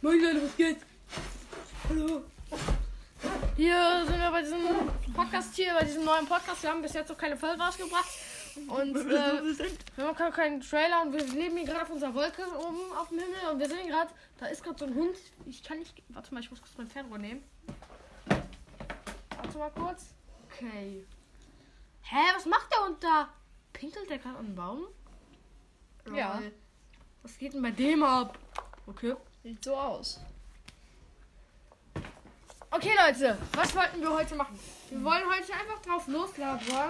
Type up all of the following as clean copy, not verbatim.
Moin Leute, was geht? Hallo. Hier sind wir bei diesem Podcast bei diesem neuen Podcast. Wir haben bis jetzt noch keine Folge rausgebracht. Und wir haben keinen Trailer und wir leben hier gerade auf unserer Wolke oben auf dem Himmel. Und wir sehen gerade, da ist gerade so ein Hund. Ich kann nicht. Warte mal, ich muss kurz mein Fernrohr nehmen. Warte mal kurz. Okay. Hä, was macht der Hund da? Pinkelt der gerade an den Baum? Ja. Was geht denn bei dem ab? Okay. Sieht so aus. Okay, Leute, was wollten wir heute machen? Wir wollen heute einfach drauf loslabern.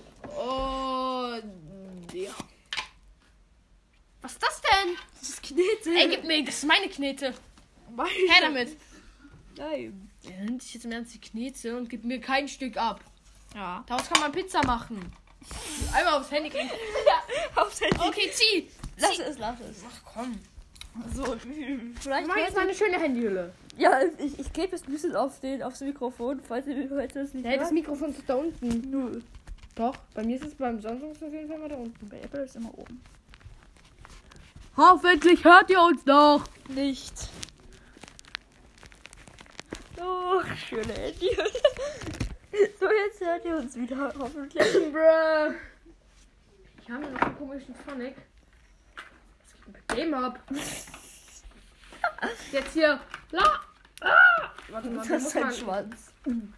Und ja. Was ist das denn? Das ist Knete. Ey, gib mir, das ist meine Knete. Her damit. Nein. Er nimmt sich jetzt im Ernst die Knete und gibt mir kein Stück ab. Ja. Daraus kann man Pizza machen. Einmal aufs Handy kriegen. Ja, aufs Handy. Okay, zieh. Lass es. Ach komm. So, vielleicht Mach jetzt mal eine schöne Handyhülle. Ja, ich klebe es ein bisschen aufs Mikrofon, falls ihr heute das nicht Hey, das hört. Mikrofon ist da unten. Null. Doch, bei mir ist es beim Samsung auf jeden Fall mal da unten. Bei Apple ist es immer oben. Hoffentlich hört ihr uns noch. Nicht. Oh, schöne Handy. So, jetzt hört ihr uns wieder, hoffentlich. Bruh. Ich habe noch einen komischen Sonic. Was geht denn bei dem ab? Jetzt hier. Warte mal, Das ist ein Schwanz.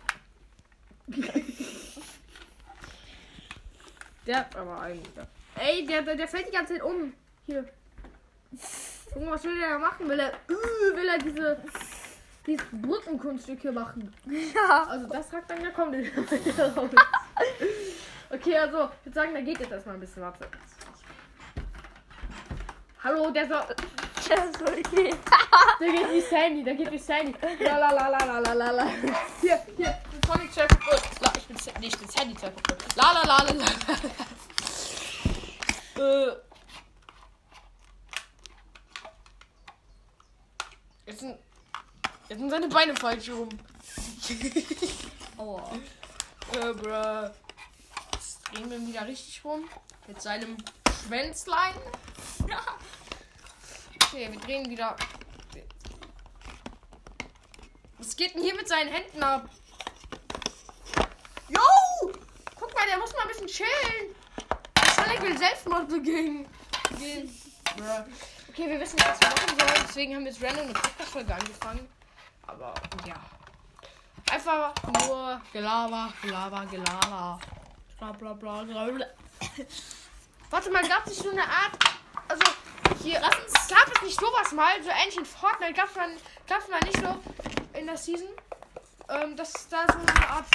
Der hat aber eigentlich. Ey, der fällt die ganze Zeit um. Hier. Guck, was will der da machen? Will er dieses Brückenkunststück hier machen? Ja. Also das sagt dann ja, komm, den raus. Okay, also, ich würde sagen, da geht jetzt erstmal ein bisschen. Warte. Hallo, der soll. Ja, ist okay. Der geht wie Sandy, La. Hier, Sonic Chef. Ich bin Sandy Chef. La. Jetzt sind seine Beine falsch rum. Aua. Bruh. Jetzt drehen wir ihn wieder richtig rum. Mit seinem Schwänzlein. Okay, wir drehen wieder. Was geht denn hier mit seinen Händen ab? Yo! Guck mal, der muss mal ein bisschen chillen. Ich will Selbstmord begehen. Okay, wir wissen nicht, was wir machen sollen. Deswegen haben wir jetzt random eine Podcast-Folge angefangen. Aber, ja. Einfach nur Gelaber. Bla. Warte mal, gab es nicht so eine Art... Also, hier, gab es nicht sowas mal, so ähnlich in Fortnite, gab es mal nicht so in der Season, dass es da so eine Art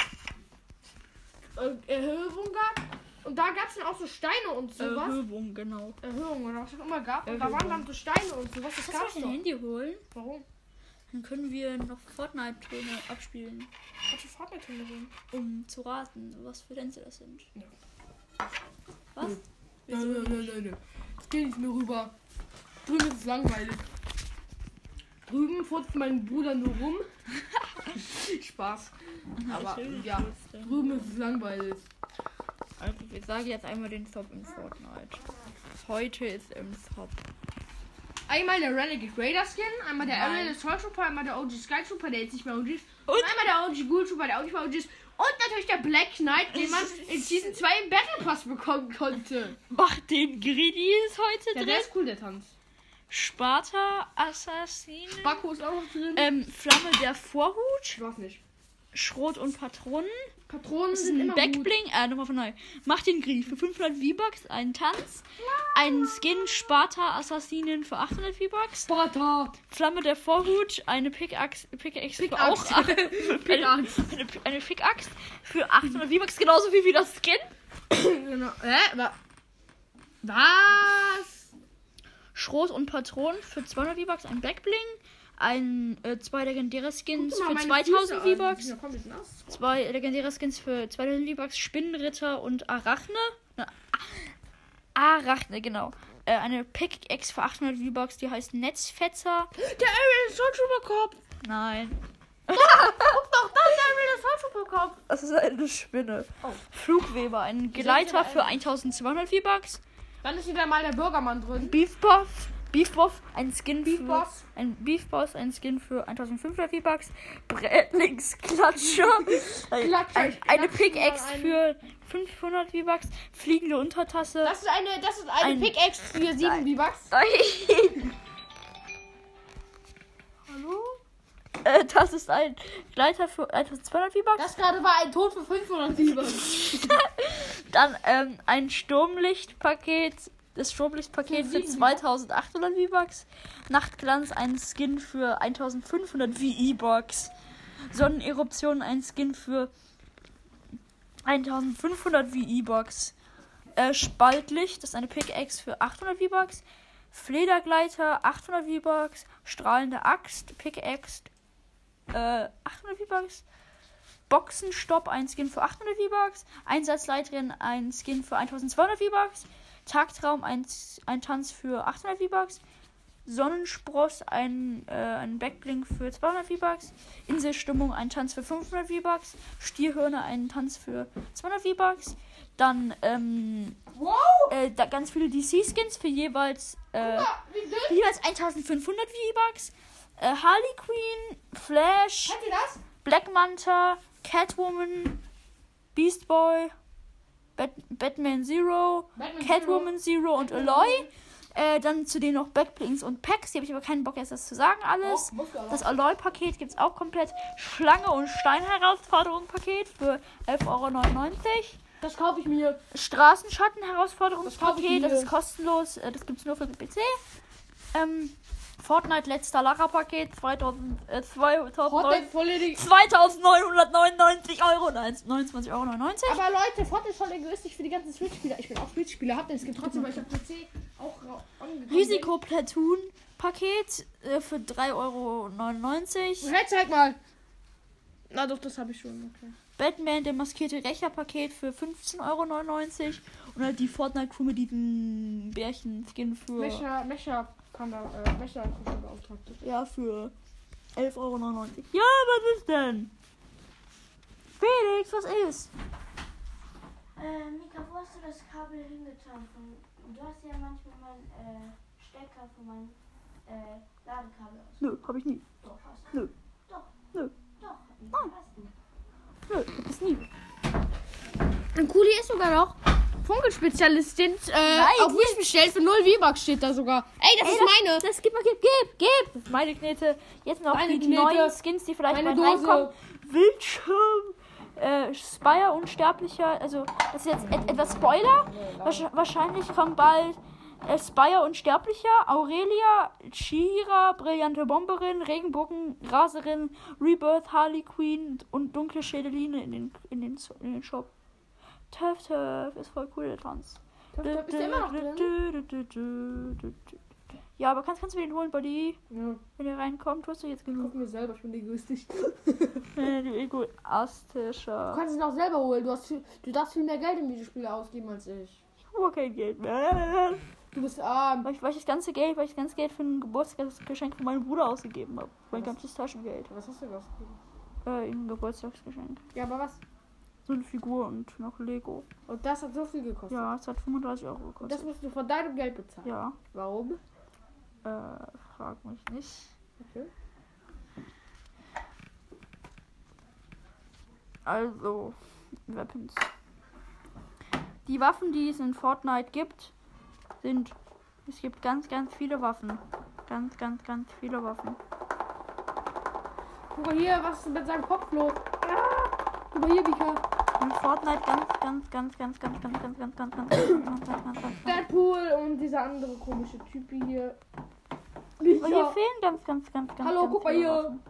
Erhöhung gab. Und da gab es dann auch so Steine und sowas. Erhöhung, genau. Erhöhung, oder was auch immer gab. Und da waren dann so Steine und sowas. Das Kannst gab's du doch. ein Handy holen? Warum? Dann können wir noch Fortnite-Töne abspielen, Was für Fortnite-Töne sind? um zu raten, was für Tänze das sind. Ja. Was? Nein. Geh nicht mehr rüber. Drüben ist es langweilig. Drüben furzt mein Bruder nur rum. Spaß. Aber ja, drüben ist es langweilig. Also wir sagen jetzt einmal den Top in Fortnite. Heute ist im Top. Einmal der Renegade Raider Skin, einmal der Nein. Aerial Assault Trooper, einmal der OG Sky Trooper, der jetzt nicht mehr OG ist. Und? Einmal der OG Ghoul Trooper, der auch nicht mehr OG ist. Und natürlich der Black Knight, den man in Season 2 im Battle Pass bekommen konnte. Macht den Greedy ist heute Der drin. ist cool, der Tanz. Sparta Assassin. Baku ist auch noch drin. Flamme der Vorhut. Ich weiß nicht. Schrot und Patronen. Patronen Das ist sind ein immer gut. Backbling. Nochmal von neu. Macht den Grief für 500 V-Bucks. Einen Tanz. Ein Skin Sparta Assassinen für 800 V-Bucks. Sparta. Flamme der Vorhut. Eine Pickaxe für auch eine Pickaxe für 800 V-Bucks. Genauso wie das Skin. Genau. Was? Schrot und Patronen für 200 V-Bucks. Ein Backbling. Zwei legendäre Skins Guck mal, für meine 2000 Füße an. V-Bucks. Die sind ja komplett nass. 2 legendäre Skins für 2000 V-Bucks. Spinnenritter und Arachne. Arachne, genau. Eine Pickaxe für 800 V-Bucks, die heißt Netzfetzer. Der Aerial Assault Trooper Kopf. Nein. Guck doch, da ist der Aerial Assault Trooper Kopf. Das ist eine Spinne. Oh. Flugweber, ein Gleiter für 1200 V-Bucks. Dann ist wieder mal der Bürgermann drin. Beefpuff Beef Boss, ein Skin Beef für Boss. ein Skin für 1500 V-Bucks. Brätlingsklatscher, eine Pickaxe für 500 V-Bucks. Fliegende Untertasse. Das ist eine Pickaxe für 7 V-Bucks. Nein. Hallo? Das ist ein Gleiter für 1200 V-Bucks. Das gerade war ein Tod für 500 V-Bucks. Dann ein Sturmlichtpaket. Das Sturmlichtpaket für 2800 V-Bucks. Nachtglanz, ein Skin für 1500 V-Bucks. Sonneneruption, ein Skin für 1500 V-Bucks. Spaltlicht, das ist eine Pickaxe für 800 V-Bucks. Fledergleiter, 800 V-Bucks. Strahlende Axt, Pickaxe, 800 V-Bucks. Boxenstopp, ein Skin für 800 V-Bucks. Einsatzleiterin, ein Skin für 1200 V-Bucks. Tagtraum, ein Tanz für 800 V-Bucks. Sonnenspross, ein Backblink für 200 V-Bucks. Inselstimmung, ein Tanz für 500 V-Bucks. Stierhirne, ein Tanz für 200 V-Bucks. Dann ganz viele DC-Skins für jeweils 1500 V-Bucks. Harley Quinn, Flash, Kennt ihr das? Black Manta, Catwoman, Beast Boy, Batman Zero, Catwoman Zero und Aloy. Dann zu denen noch Backblinks und Packs. Die habe ich aber keinen Bock, jetzt das zu sagen alles. Das Aloy-Paket gibt es auch komplett. Schlange- und Stein-Herausforderung-Paket für 11,99 €. Das kaufe ich mir. Straßenschatten-Herausforderungspaket. Das ist kostenlos. Das gibt es nur für den PC. Fortnite letzter Lacher-Paket. 2.999 €. Nein, 29,99 €. Aber Leute, Fortnite ist schon egoistisch für die ganzen Switch-Spieler. Ich bin auch Switch-Spieler. Habt ihr es gibt trotzdem, weil ich auf PC auch angekommen bin. Risiko-Platoon-Paket für 3,99 €. Hey, zeig mal. Na doch, das habe ich schon. Okay. Batman, der maskierte Rächerpaket für 15,99 € und halt die Fortnite-Crew mit diesem Bärchen-Skin für... Mecha-Beauftragte. Ja, für 11,99 €. Ja, was ist denn? Felix, was ist? Mika, wo hast du das Kabel hingetan? Du hast ja manchmal meinen Stecker von meinem Ladekabel aus. Nö, hab ich nie. Doch, hast du. Nö. Doch. Nö. Doch, Nein. hast du. Nö, hab ich nie. Und Kuli ist sogar noch Funkelspezialistin. Auf Wish bestellt für 0 V-Bucks steht da sogar. Ey, das ist meine. Das gib. Das ist meine Knete. Jetzt noch Meine die Knete. neuen Skins, die vielleicht Meine bald Dose. reinkommen. Wildschirm. Spire Unsterblicher. Also, das ist jetzt etwas Spoiler. Wahrscheinlich kommt bald Spire Unsterblicher, Aurelia, Shira, Brillante Bomberin, Regenbogenraserin, Rebirth, Harley Quinn und dunkle Schädeline in den Shop. Töff ist voll cool, der Tanz. Ist der immer noch drin? Ja, aber kannst du mir den holen, Buddy? Ja, Wenn ihr reinkommt, hast du jetzt genug. guck mir selber, ich bin egoistisch. Du egoistischer. Du kannst es auch selber holen. Du darfst viel mehr Geld in Videospiele ausgeben als ich. Ich habe kein Geld mehr. Du bist arm. Weil ich das ganze Geld für ein Geburtstagsgeschenk von meinem Bruder ausgegeben habe. Mein ganzes Taschengeld. Was hast du ausgegeben? Ein Geburtstagsgeschenk. Ja, aber was? So eine Figur und noch Lego. Und das hat so viel gekostet. Ja, es hat 35 € Und gekostet. das musst du von deinem Geld bezahlen. Ja, Warum? frag mich nicht. Okay. Also, Weapons. Die Waffen, die es in Fortnite gibt, es gibt ganz viele Waffen. Ganz viele Waffen. Guck mal hier, was ist mit seinem Kopf los? Guck mal hier, Mika. In Fortnite ganz. Deadpool und dieser andere komische Typ hier. Und hier fehlen ganz Hallo, guck mal viele hier. Waffen.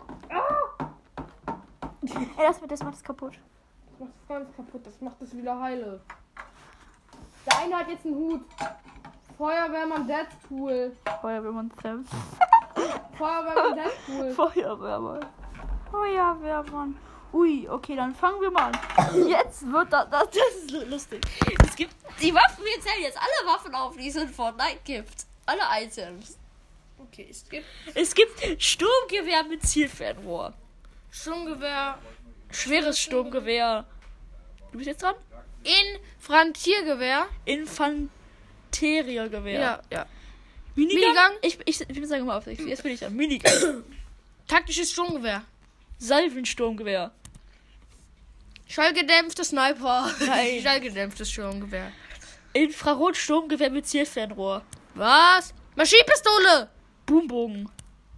Ey, das macht es kaputt. Das macht das ganz kaputt. Das macht es wieder heile. Der eine hat jetzt einen Hut. Feuerwehrmann Deadpool. Feuerwehrmann selbst. Feuerwehrmann Deadpool. Feuerwehrmann. Ui, okay, dann fangen wir mal an. Jetzt wird das ist lustig. Es gibt die Waffen, wir zählen jetzt alle Waffen auf, die es in Fortnite gibt. Alle Items. Okay, Es gibt Sturmgewehr mit Zielfernrohr. Sturmgewehr. Schweres Sturmgewehr. Du bist jetzt dran? Infantiergewehr. Infanteriergewehr. Ja. Minigun? Ich sage mal auf. Jetzt bin ich an. Minigun. Taktisches Sturmgewehr. Salvensturmgewehr. Schallgedämpftes Sniper. Nein. Schallgedämpftes Sturmgewehr. Infrarotsturmgewehr mit Zielfernrohr. Was? Maschinenpistole. Boombogen.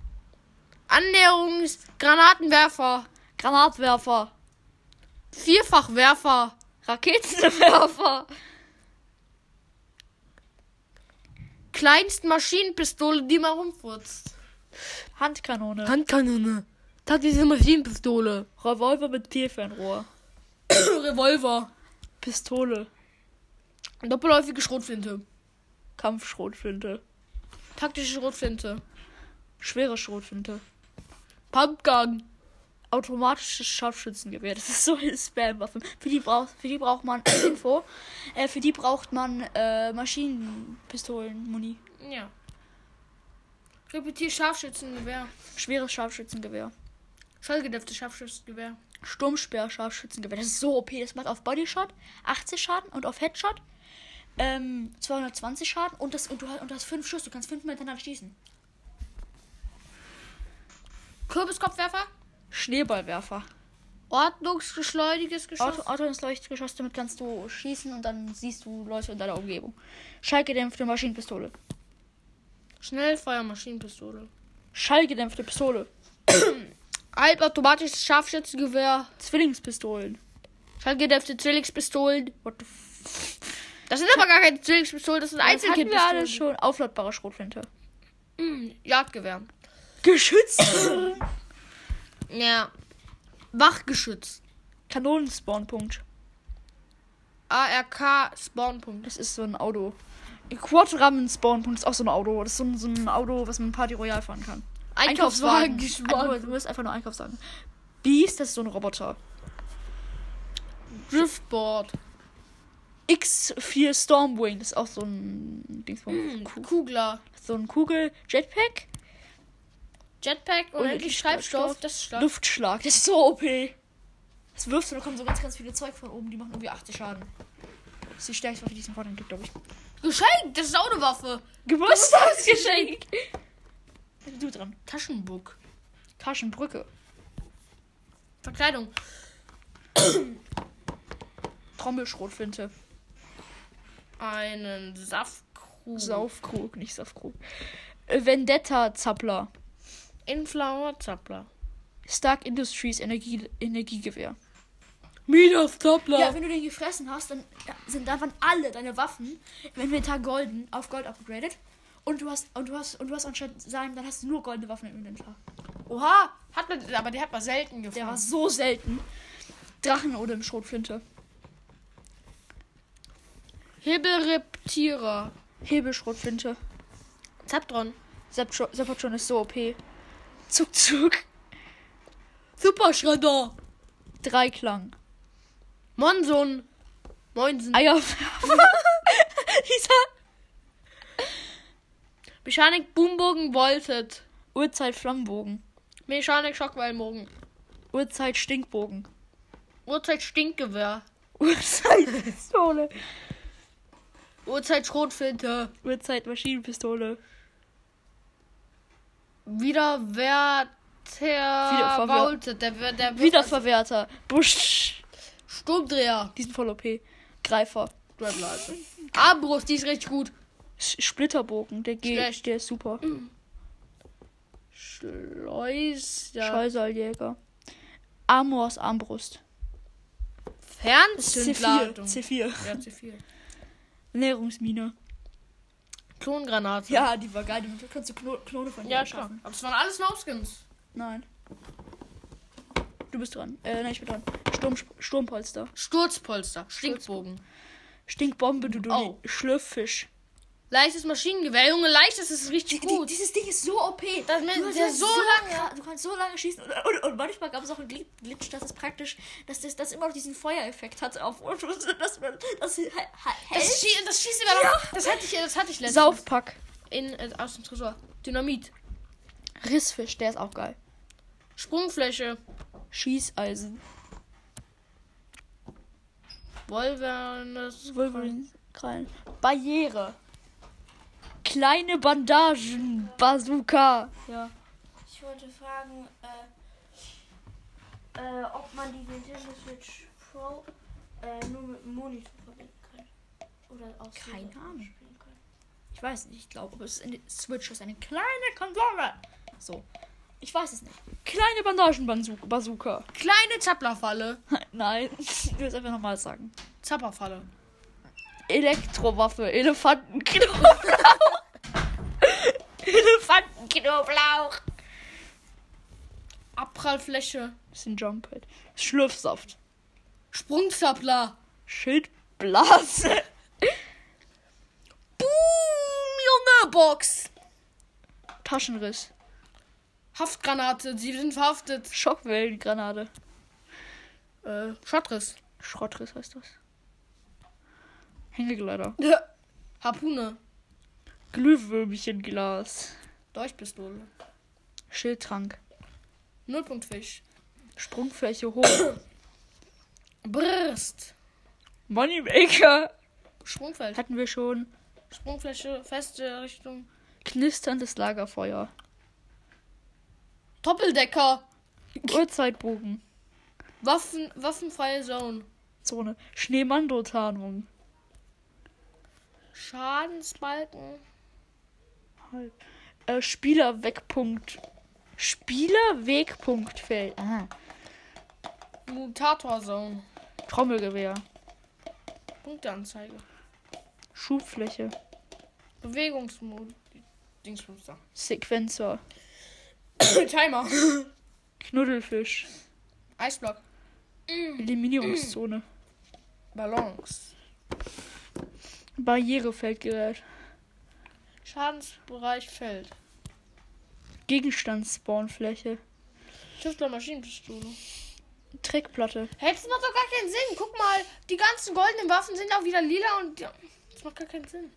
Annäherungsgranatenwerfer. Granatwerfer. Vierfachwerfer. Raketenwerfer. Kleinste Maschinenpistole, die man rumfurzt. Handkanone. Handkanone. Taktische Maschinenpistole. Revolver mit Zielfernrohr. Revolver. Pistole. Doppelläufige Schrotflinte. Kampfschrotflinte. Taktische Schrotflinte. Schwere Schrotflinte. Pumpgun. Automatisches Scharfschützengewehr. Das ist so eine Spam-Waffe. Für die braucht man Info. Für die braucht man Maschinenpistolen-Muni. Ja. Repetier Scharfschützengewehr. Schweres Scharfschützengewehr. Schallgedämpftes Scharfschützengewehr. Sturmsperr-Scharfschützengewehr. Das ist so OP. Das macht auf Bodyshot 80 Schaden und auf Headshot 220 Schaden und du hast 5 Schuss. Du kannst 5 miteinander schießen. Kürbiskopfwerfer. Schneeballwerfer. Ordnungsgeschleudriges Geschoss. Ordnungsleuchtgeschoss, damit kannst du schießen und dann siehst du Leute in deiner Umgebung. Schallgedämpfte Maschinenpistole. Schnellfeuermaschinenpistole. Schallgedämpfte Pistole. Halbautomatisches Scharfschützengewehr. Zwillingspistolen. Schallgedämpfte Zwillingspistolen. What the Das sind aber gar keine Zwillingspistolen, das sind Das hatten wir alles Einzelkindpistolen. schon. Aufladbare Schrotflinte. Jagdgewehr. Geschützt. Ja. Wachgeschütz. Kanonenspawnpunkt. ARK Spawnpunkt. Das ist so ein Auto. Quadrammen-Spawnpunkt ist auch so ein Auto. Das ist so ein Auto, was man Party Royale fahren kann. Einkaufswagen. Du musst einfach nur Einkaufswagen. Beast, das ist so ein Roboter. Driftboard. X4 Stormwing, das ist auch so ein Dingsbums. Kugler. So ein Kugel. Jetpack. Jetpack und endlich Treibstoff. Das ist stark. Luftschlag, das ist so OP. Das wirfst du, da kommen so ganz, ganz viele Zeug von oben, die machen irgendwie 80 Schaden. Das ist die stärkste Waffe, die es in Fortnite gibt, glaube ich. Geschenk, das ist auch eine Waffe. Geburtstagsgeschenk. Du dran. Taschenbuck. Taschenbrücke. Verkleidung. Trommelschrotflinte. Einen Saftkrug. Saufkrug, nicht Saftkrug. Vendetta-Zappler. Inflammationszappler. Stark Industries Energiegewehr. Midas Zappler. Ja, wenn du den gefressen hast, dann waren alle deine Waffen im Inventar golden, auf Gold upgraded. Und du hast anstatt sein, dann hast du nur goldene Waffen im Inventar. Oha, aber die hat man selten gefunden. Der war so selten. Drachen oder im Schrotflinte. Hebelreptierer. Hebelschrotflinte. Zaptron. Sepatron ist so OP. Zuck. Superschredder. Dreiklang. Monsun. Moinsen. Eierwerfer. Mechanik Boombogen Volted. Uhrzeit Flammenbogen. Mechanik Schockwellbogen. Uhrzeit Stinkbogen. Uhrzeit Stinkgewehr. Uhrzeit Pistole. Uhrzeit Schrotflinte. Uhrzeit Maschinenpistole. Wiederverwerter. Volted. Der Wiederverwerter. Busch. Sturmdreher. Die sind voll OP. Greifer. Armbrust, die ist richtig gut. Splitterbogen. Der Schlecht. der ist super. Schleuseljäger. Amors Armbrust. Fernzündladung. C4. Ja, C4. Nährungsmine. Klongranate. Ja, die war geil. Da kannst du Klone von dir Ja, klar. erschaffen. Aber es waren alles No-Skins. Nein. Du bist dran. Nein, ich bin dran. Sturmpolster. Sturzpolster. Stinkbogen. Stinkbombe, du Oh. Schlürffisch. Leichtes Maschinengewehr. Junge, leichtes ist richtig gut. Dieses Ding ist so OP. Das mit der so lange. Du kannst so lange schießen. Und manchmal gab es auch einen Glitch, dass es praktisch, dass das immer noch diesen Feuereffekt hat. Auf, dass man das hält. Das schießt immer noch. Das hatte ich letztens. Saufpack. Aus dem Tresor. Dynamit. Rissfisch, der ist auch geil. Sprungfläche. Schießeisen. Wolverines. Wolverine. Krallen. Barriere. Kleine Bandagen. Bazooka. Ja. Ich wollte fragen, ob man die Nintendo Switch Pro nur mit dem Monitor verbinden kann. Oder auch so Keine davon Ahnung. spielen kann. Ich weiß nicht. Ich glaube, es ist eine Switch. ist eine kleine Konsole. So. Ich weiß es nicht. Kleine Bandagen-Bazooka. Kleine Zapplerfalle. Nein. Ich will es einfach nochmal sagen. Zapperfalle. Elektrowaffe. Elefantenknoblauch. Elefantenknoblauch. Abprallfläche. Das ist ein Jump-Pad. Schlürfsaft. Sprungzappler. Schildblase. Boom, Junge, Box. Taschenriss. Haftgranate, sie sind verhaftet. Schockwellengranate. Schottriss. Schrottriss heißt das. Hängegleiter. Ja. Harpune. Glühwürmchenglas. Dolchpistole. Schildtrank. Nullpunktfisch. Sprungfläche hoch. Brrst. Moneymaker. Sprungfeld. Hatten wir schon. Sprungfläche, feste Richtung. Knisterndes Lagerfeuer. Doppeldecker. Uhrzeitbogen. Waffenfreie Zone. Zone. Schneemando-Tarnung. Schadensbalken. Spielerwegpunkt. Spielerwegpunktfeld. Aha. Mutatorzone. Trommelgewehr. Punkteanzeige. Schubfläche. Bewegungsmod. Dingsbumster. Sequenzer. Timer. Knuddelfisch. Eisblock. Eliminierungszone. Ballons. Barrierefeldgerät. Schadensbereich Feld. Gegenstandsspawnfläche. Tüftler Maschinenpistole. Trickplatte. Hey, das macht doch gar keinen Sinn. Guck mal, die ganzen goldenen Waffen sind auch wieder lila und ja, das macht gar keinen Sinn.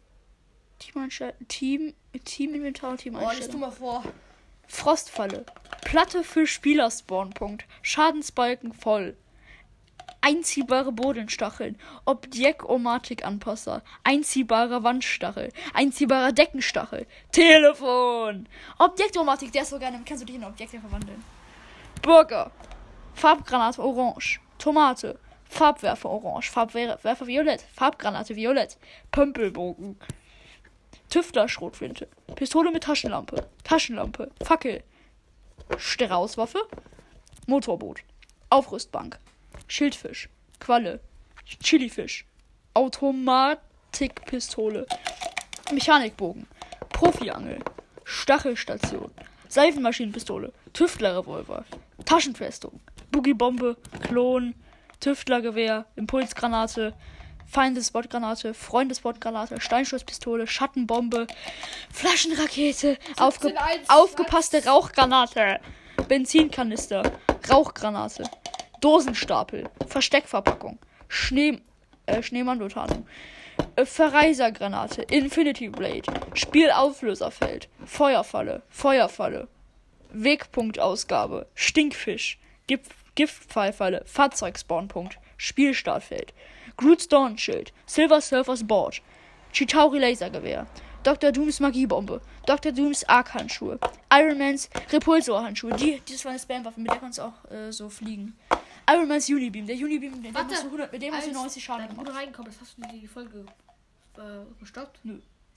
Teaminventar und Oh, liest du Teameinstellung. mal vor. Frostfalle. Platte für Spielerspawnpunkt. Schadensbalken voll. Einziehbare Bodenstacheln. Objektomatik-Anpasser. Einziehbarer Wandstachel. Einziehbarer Deckenstachel. Telefon. Objektomatik, der ist so gerne. Kannst du dich in Objekte verwandeln. Burger. Farbgranate orange. Tomate. Farbwerfer orange. Farbwerfer violett. Farbgranate violett. Pömpelbogen. Tüftler-Schrotflinte. Pistole mit Taschenlampe. Taschenlampe. Fackel. Straußwaffe. Motorboot. Aufrüstbank. Schildfisch. Qualle. Chilifisch. Automatikpistole. Mechanikbogen. Profiangel. Stachelstation. Seifenmaschinenpistole. Tüftlerrevolver. Taschenfestung. Boogiebombe. Klon. Tüftlergewehr. Impulsgranate. Feindesbotgranate. Freundesbotgranate. Steinschusspistole. Schattenbombe. Flaschenrakete. Aufgepasste Rauchgranate. Benzinkanister. Rauchgranate. Dosenstapel. Versteckverpackung. Schneemandotarnung. Verreisergranate. Infinity Blade. Spielauflöserfeld. Feuerfalle. Feuerfalle. Wegpunktausgabe. Stinkfisch. Giftpfeilfalle. Fahrzeugspawnpunkt. Spielstartfeld. Groot's Dawn-Schild. Silver Surfers Board. Chitauri Lasergewehr. Dr. Dooms Magiebombe. Dr. Dooms Arc-Handschuhe. Iron Mans Repulsor-Handschuhe. Das war eine Spamwaffe, mit der kannst du auch so fliegen. Iron Mans Unibeam. Der Unibeam, mit dem hast du 90 Schaden Wo gemacht. du reinkommst, hast du die Folge gestoppt? Nö.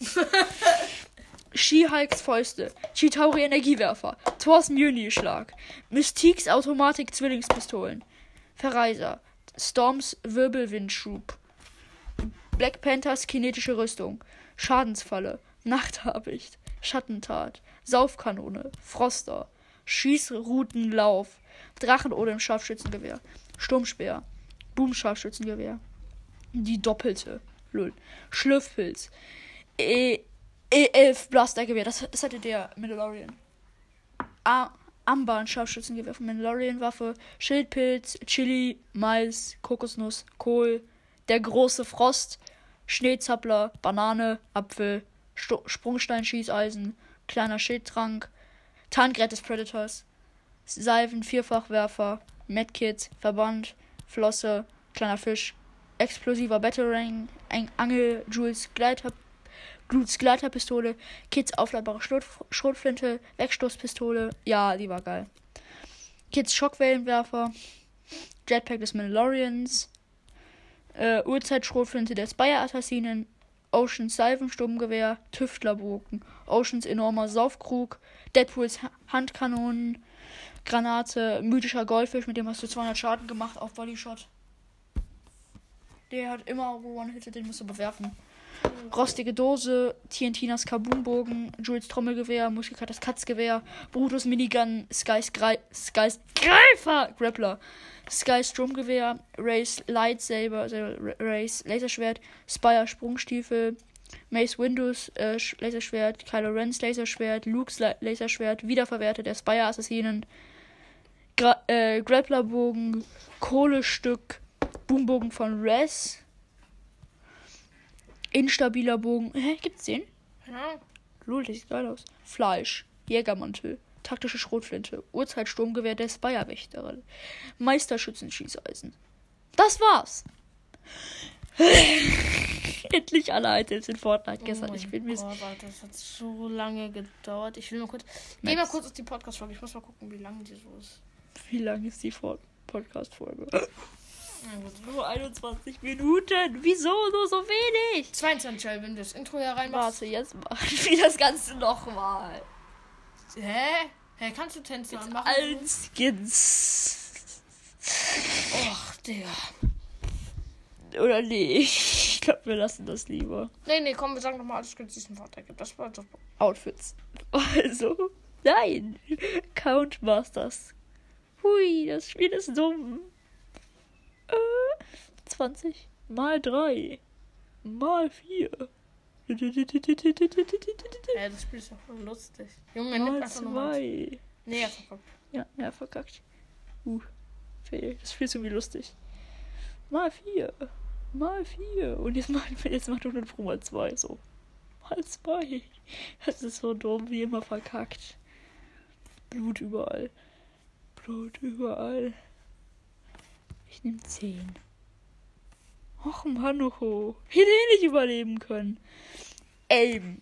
She-Hulks Fäuste. Chitauri Energiewerfer. Thors Mjölnir-Schlag. Mystiques Automatik-Zwillingspistolen. Verreiser. Storms Wirbelwindschub. Black Panthers kinetische Rüstung. Schadensfalle. Nachthabicht. Schattentat. Saufkanone. Froster. Schießrutenlauf. Drachenodem Scharfschützengewehr. Sturmspeer. Boom-Scharfschützengewehr. Die doppelte. Lull. Schlürfpilz. E11 Blastergewehr. Das hatte der Mandalorian. Amber, ein Scharfschützengewehr von Mandalorian-Waffe. Schildpilz, Chili, Mais, Kokosnuss, Kohl. Der große Frost. Schneezappler, Banane, Apfel. Sprungsteinschießeisen. Kleiner Schildtrank. Tarngerät des Predators. Seifen, Vierfachwerfer. Medkit, Verband. Flosse, kleiner Fisch. Explosiver Batarang. Angel, Jules, Glutes Gleiterpistole, Kids aufladbare Schrotflinte, Wegstoßpistole. Ja, die war geil. Kids Schockwellenwerfer, Jetpack des Mandalorians, Uhrzeitschrotflinte der Spire-Assassinen, Oceans Salvensturmgewehr, Tüftlerbogen, Oceans enormer Saufkrug, Deadpools Handkanonen, Granate, mythischer Goldfisch, mit dem hast du 200 Schaden gemacht auf Bodyshot. Der hat immer One-Hit, den musst du bewerfen. Rostige Dose, TNTinas Kaboombogen, Jules Trommelgewehr, Muskelkatas Katzgewehr, Brutus Minigun, Skys Greifer, Grappler, Sky Stromgewehr, Race Lightsaber, also Race Laserschwert, Spire Sprungstiefel, Mace Windows Laserschwert, Kylo Ren's Laserschwert, Luke's Laserschwert, wiederverwertet der Spire Assassinen, Grapplerbogen, Kohlestück, Boombogen von Res, instabiler Bogen. Hä, gibt's den? Ja. Lol, das sieht geil aus. Fleisch, Jägermantel, taktische Schrotflinte, Uhrzeitsturmgewehr der Spire-Wächterin, Meisterschützenschießeisen. Das war's. Endlich alle Items in Fortnite gestern. Ich bin mir Gott, Alter, das hat so lange gedauert. Ich will mal kurz. Geh mal kurz auf die Podcast-Folge. Ich muss mal gucken, wie lange die so ist. Wie lang ist die Podcast-Folge? Nur 21 Minuten. Wieso nur so wenig? 22, wenn du das Intro hier reinmachst. Warte, jetzt mach ich das Ganze nochmal. Hä? Hä, kannst du Tänze anmachen? Allen Skins. Och, Digga. Oder nee, ich glaube, wir lassen das lieber. Nee, komm, wir sagen nochmal alles Skins, die es im Fortnite gibt. Das war doch. Outfits. Also, nein. Count Masters. Hui, das Spiel ist dumm. 20 mal 3 mal 4. Ja, das Spiel ist doch voll lustig. Junge, nimm Mal einfach nochmal. 2. Nee, er verkackt. Ja, verkackt. Fail. Das Spiel ist irgendwie lustig. Mal 4. Mal 4. Und jetzt macht doch nur Pro mal 2. So. Mal 2. Das ist so dumm, wie immer verkackt. Blut überall. Blut überall. Ich nehme 10. Och, Manucho. Hätte ich nicht überleben können. Aim.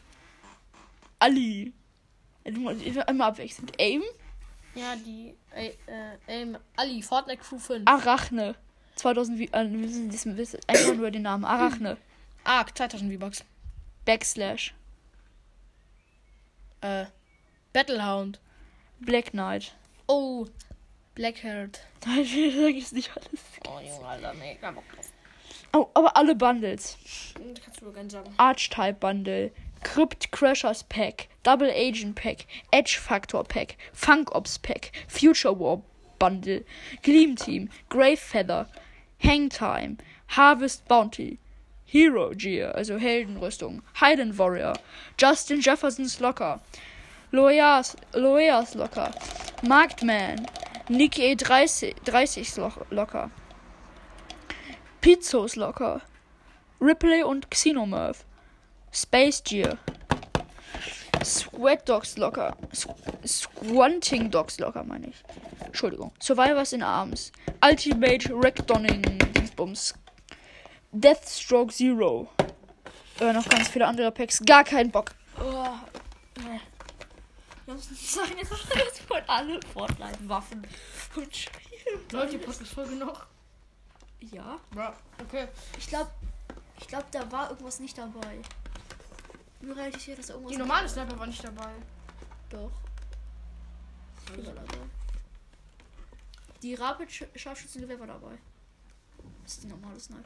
Ali. Einmal abwechselnd. Aim. Ja, die Ali, Fortnite Crew 5. Arachne. 2000 wir wissen einfach nur den Namen. Arachne. Arc, 2000 V-Bucks. Backslash. Battlehound. Black Knight. Oh, Blackheart. Nein, ich sage jetzt nicht alles. Oh, Junge, Alter, nee, kein Bock drauf. Oh, aber alle Bundles. Das kannst du mir gerne sagen. Archetype Bundle. Crypt Crashers Pack. Double Agent Pack. Edge Factor Pack. Funk Ops Pack. Future War Bundle. Gleam Team. Grave Feather. Hangtime. Harvest Bounty. Hero Gear, also Heldenrüstung. Highland Warrior. Justin Jeffersons Locker. Loeas Locker. Marktman. Nicky 30 Locker. Pizzos Locker. Ripley und Xenomorph. Space Gear. Sweat Dogs Locker. Squanting Dogs Locker, meine ich. Entschuldigung. Survivors in Arms. Ultimate Rackdonning Dingsbums. Deathstroke Zero. Noch ganz viele andere Packs. Gar keinen Bock. Das von alle Fortnite-Waffen und Spielen. Läuft die Podcast-Folge noch? Ja. Ja, okay. Ich glaube, da war irgendwas nicht dabei. Nur relativ sicher, dass irgendwas. Die normale Sniper war nicht dabei. Doch. Die war dabei. Die Rapid Scharfschützengewehr war dabei. Das ist die normale Sniper.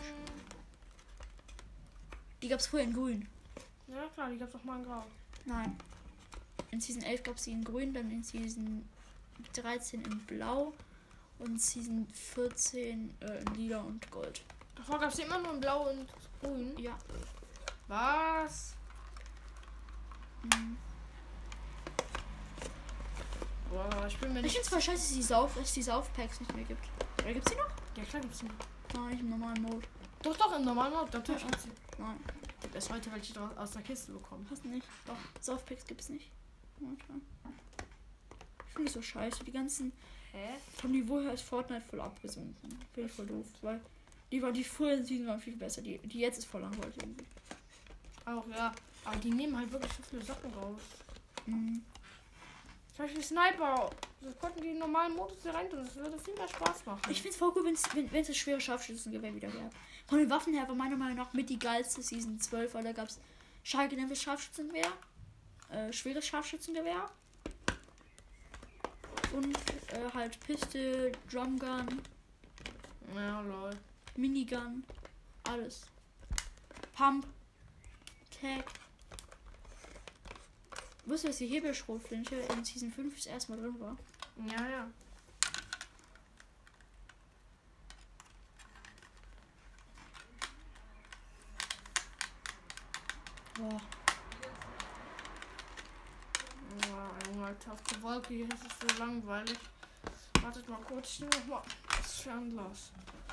Die gab's vorher in grün. Ja klar, die gab's auch mal in grau. Nein. In Season 11 gab's sie in grün, dann in Season 13 in blau und Season 14 in lila und gold. Davor gab's die immer nur in blau und grün. Ja. Was? Boah, ich bin mir Ich nicht. finde es voll scheiße, dass es die Saufpacks nicht mehr gibt. Oder gibt's die noch? Ja klar gibt's die. Nein, nicht im normalen Mode. Doch, im normalen Mode. Natürlich gibt's die. Nein, Ich hab erst heute welche aus der Kiste bekommen. hast nicht. Doch, Saufpacks gibt's nicht. Okay. Ich finde es so scheiße. Die ganzen. Hä? Vom Niveau her ist Fortnite voll abgesunken. Finde ich voll doof. Weil die früheren Season waren viel besser. Die jetzt ist voll langweilig irgendwie. Auch, ja. Aber die nehmen halt wirklich so viele Sachen raus. Mhm. Zum Beispiel Sniper. Das konnten die in normalen Modus hier rein tun. Das würde viel mehr Spaß machen. Ich find's voll cool, wenn es das schwere Scharfschützengewehr wieder gab. Von den Waffen her war meiner Meinung nach mit die geilste Season 12, weil da gab's schallgedämpftes Scharfschützengewehr, schweres Scharfschützengewehr und halt Pistol, Drumgun, Ja, lol. Minigun, alles. Pump, Tag. Wusstest du, dass die Hebelschrotflinte in Season 5 das erste Mal drin war? Ja, ja. Boah. Ja, Junge, Alter, auf der Wolke hier ist es so langweilig. Wartet mal kurz, ich nehme noch mal das Fernglas.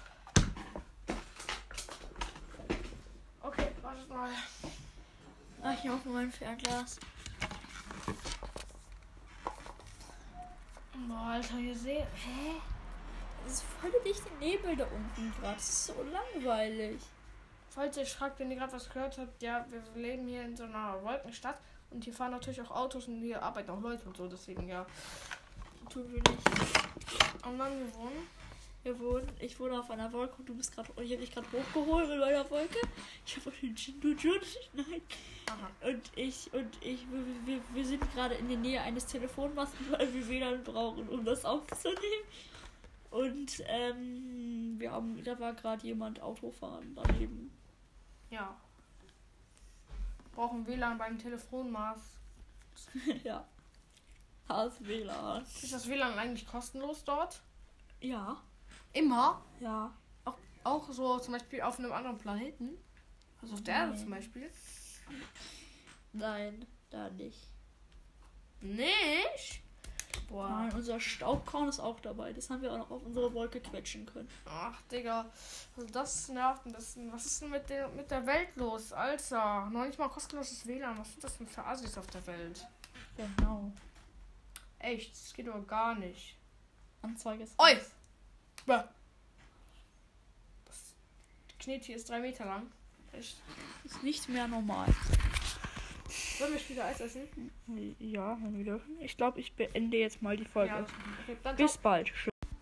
Okay, wartet mal. Ach, ich hoffe mein Fernglas. Boah, Alter, hier sehe. Hä? Es ist voll dichte Nebel da unten gerade. Das ist so langweilig. Falls ihr fragt, wenn ihr gerade was gehört habt, ja, wir leben hier in so einer Wolkenstadt und hier fahren natürlich auch Autos und hier arbeiten auch Leute und so, deswegen ja. Tun wir nicht. Und dann wir wohnen. Ich wohne auf einer Wolke und ich habe dich gerade hochgeholt mit meiner Wolke. Ich habe den Nein. Aha. Wir sind gerade in der Nähe eines Telefonmasten, weil wir WLAN brauchen, um das aufzunehmen. Und da war gerade jemand Autofahren daneben. Ja. Brauchen WLAN beim Telefonmaß. Ja. Das WLAN. Ist das WLAN eigentlich kostenlos dort? Ja. Immer? Ja. Auch so zum Beispiel auf einem anderen Planeten? Also auf der Erde Nein. zum Beispiel? Nein, da nicht. Nicht? Boah. Nein, unser Staubkorn ist auch dabei. Das haben wir auch noch auf unsere Wolke quetschen können. Ach, Digga. Also das nervt ein bisschen. Was ist denn mit der Welt los, Alter? Noch nicht mal kostenloses WLAN. Was sind das denn für Assis auf der Welt? Genau. Echt, das geht aber gar nicht. Anzeige ist Oi! aus. Bäh. Das Knettier ist 3 Meter lang. Echt. Ist nicht mehr normal. Sollen wir später Eis essen? Ja, wenn wir dürfen. Ich glaube, ich beende jetzt mal die Folge. Ja. Okay, dann Bis bald.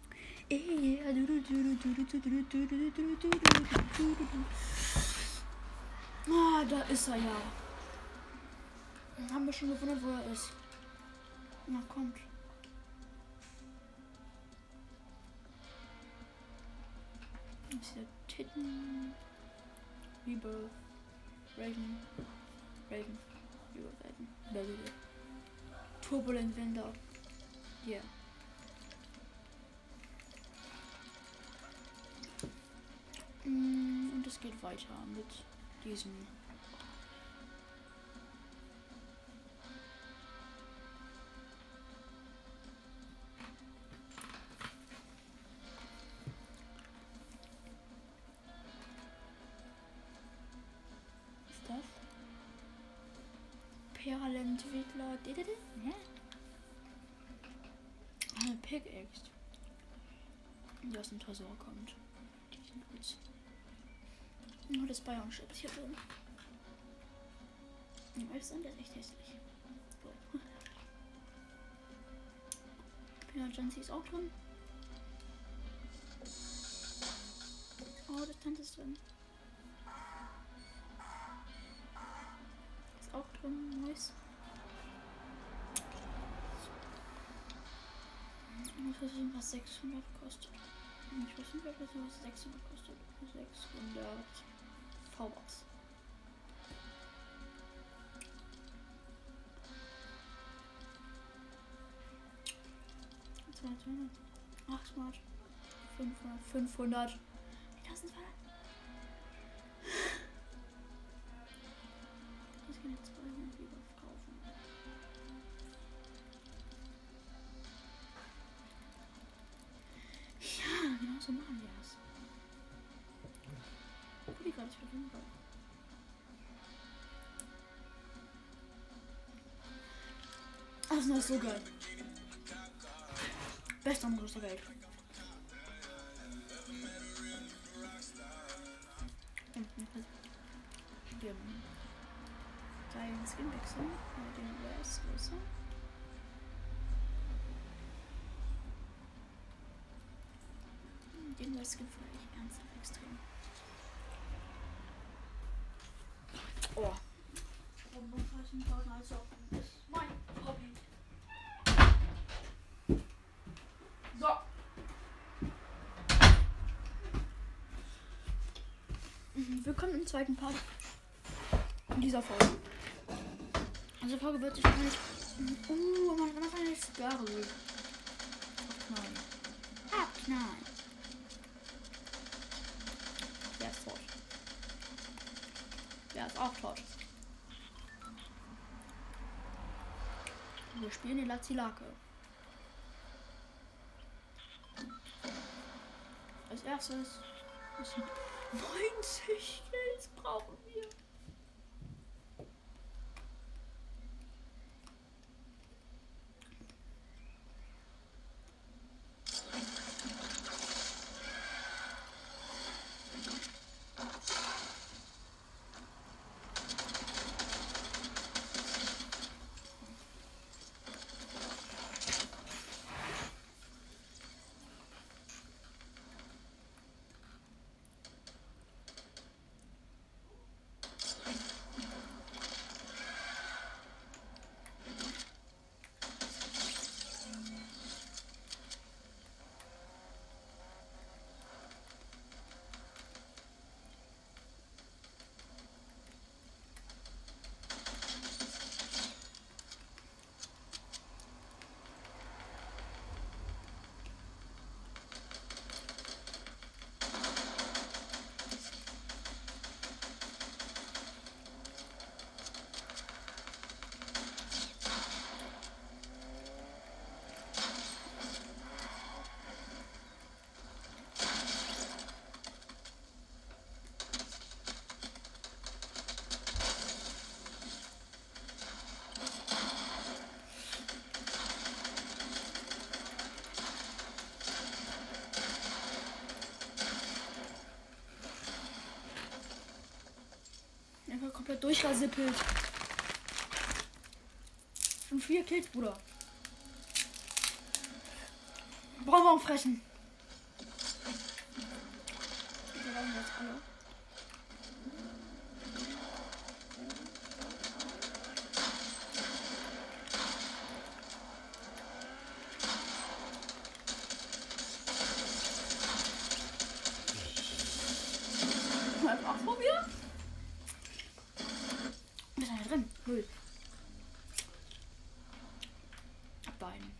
Ah, da ist er ja. Haben wir schon gewundert, wo er ist. Na, kommt. Das ist ja Titten. Rebirth. Reagan. Rebirth. Reagan. Turbulent Wender. Yeah. Und es geht weiter mit diesem. Was ist das? Perlentwickler. Hä? Eine Pickaxe. Die aus dem Tresor kommt. Die sind gut. Nur das Bion-Chips hier drin. Alexander ist echt hässlich. So. Jancy ist auch drin. Oh, das Tante ist drin. Ist auch drin. Nice. Ich weiß nicht, was 600 kostet. Ich weiß nicht, was 600 kostet. 600 V-Bucks. $200, 800, 500, 500. 1200. Ich kann jetzt 200 lieber kaufen. Ja, genau so machen wir das. Guck die gerade wieder drin. Das ist so geil. Bester Modus der Welt. den Skin wechseln. Den US größer. Den US Skin finde ich ernsthaft extrem. Oh. Rumfassen bauen als ob ist mein Hobby. So. Willkommen im zweiten Part dieser Folge. Diese Folge wird sich wahrscheinlich. Man kann eine Sperre. Abknallen. Abknallen. Wer ist tot? Wer ist auch tot? Wir spielen die Lazilake. Als erstes 90 Kills brauchen wir. Einfach komplett durchrasippelt. Schon 4 Kills, Bruder. Brauchen wir auch fressen. Wir werden jetzt alle. Mal ausprobieren. Wir sind ja drin. Cool. Abbeiden.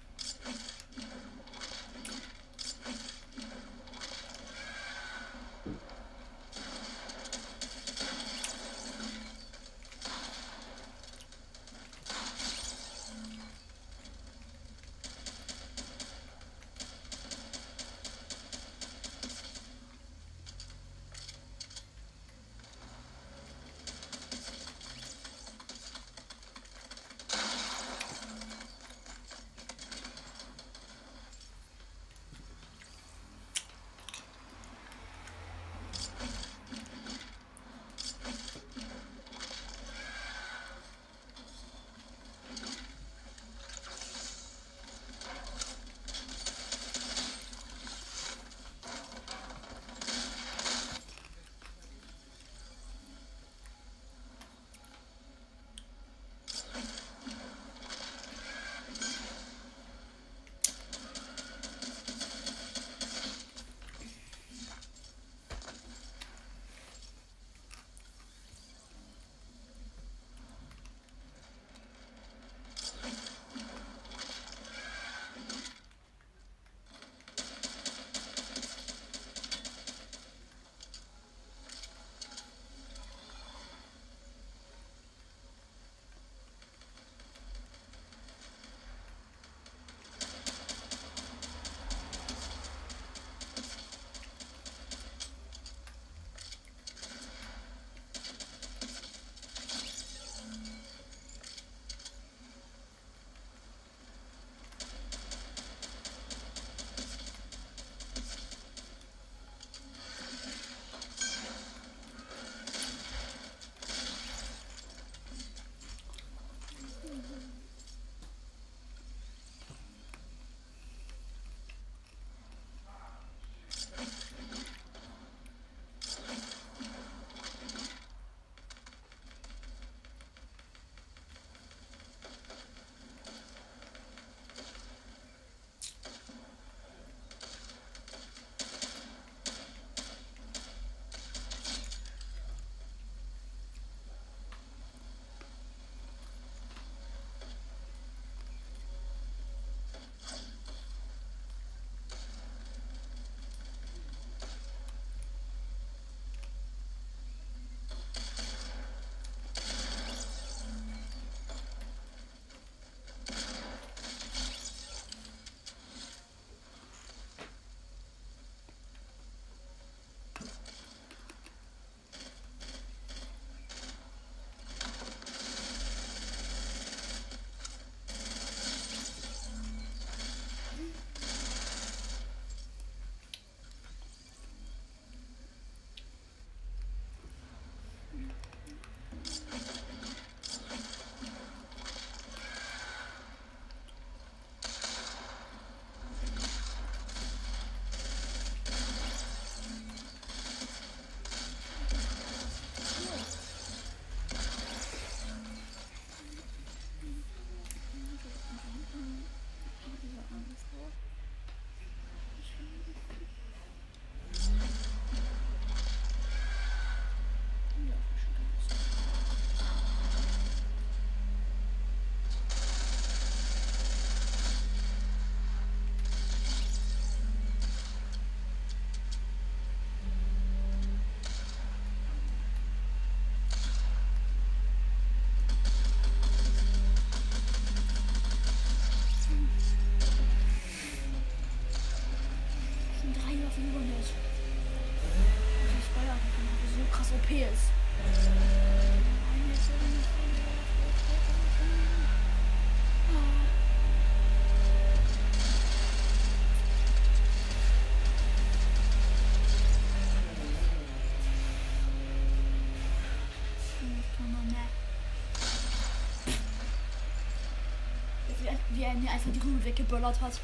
3 Waffen über mir ist. Das Feuer so krass OP ist. Wie er mir einfach die Rübe weggeböllert hat.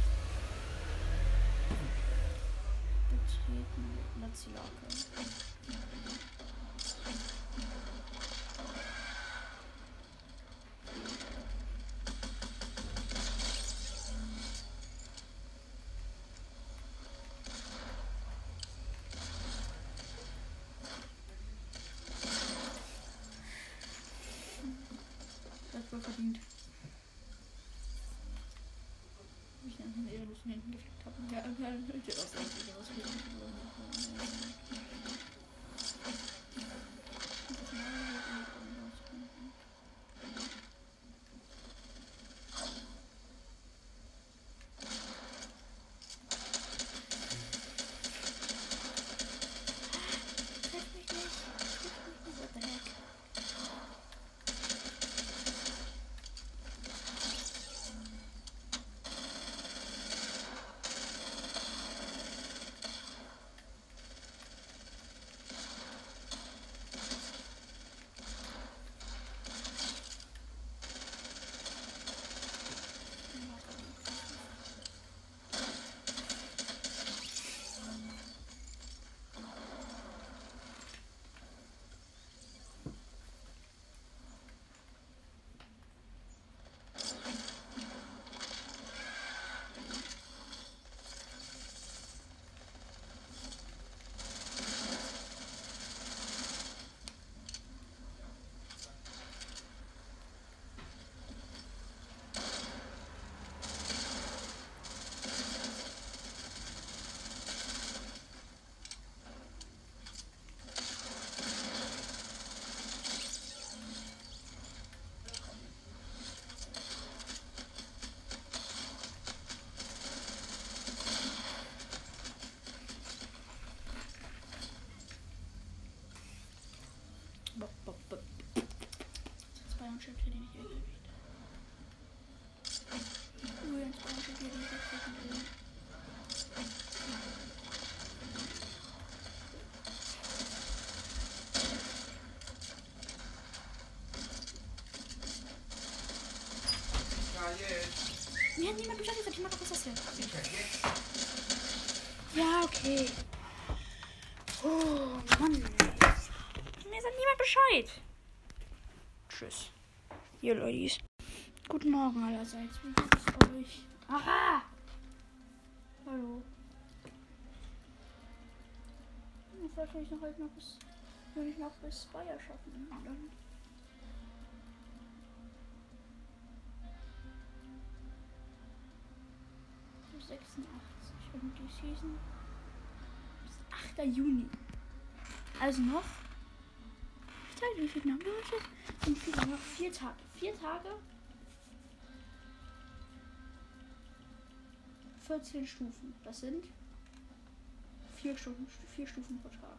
Betreten, Lazilake. Das war verdient. Ich den Ehrlos hinten gekriegt habe. Ja, ich das Schild hier, den ich gekriegt. Übrigens, Schild hier, den ich gekriegt. Mir hat niemand Bescheid gesagt, ich mach doch was das hier. Ja, okay. Oh, Mann. Mir sagt niemand Bescheid. Tschüss. Ihr Leute. Guten Morgen allerseits. Wie geht es euch? Aha! Hallo. Ich wollte mich noch heute noch bis Bayer schaffen. Und dann 86 und die Season bis 8. Juni. Also noch. Wie viel haben wir heute? Und viele noch 4 Tage. 4 Tage. 14 Stufen. Das sind 4 Stufen pro Tag.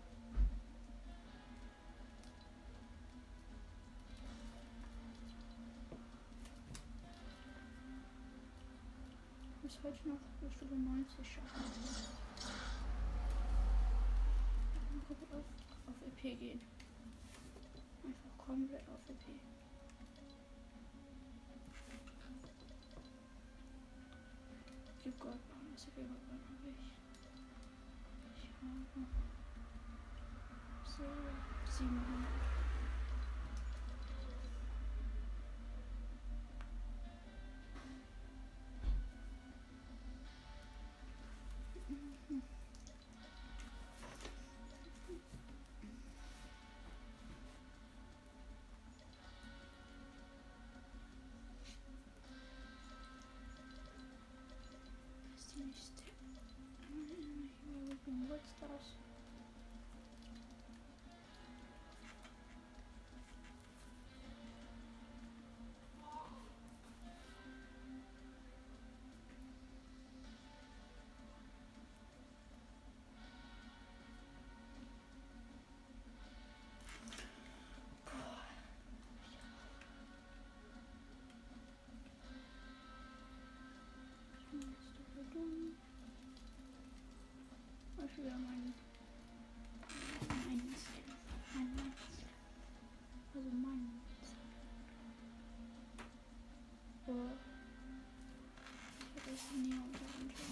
Bis heute noch bis Stufe 90 schaffen. Auf EP gehen. Einfach komplett auf EP. Gib Goldbahn, was für Goldbahn habe ich? Ich habe so 700. für mein also mein ich habe das näher unter.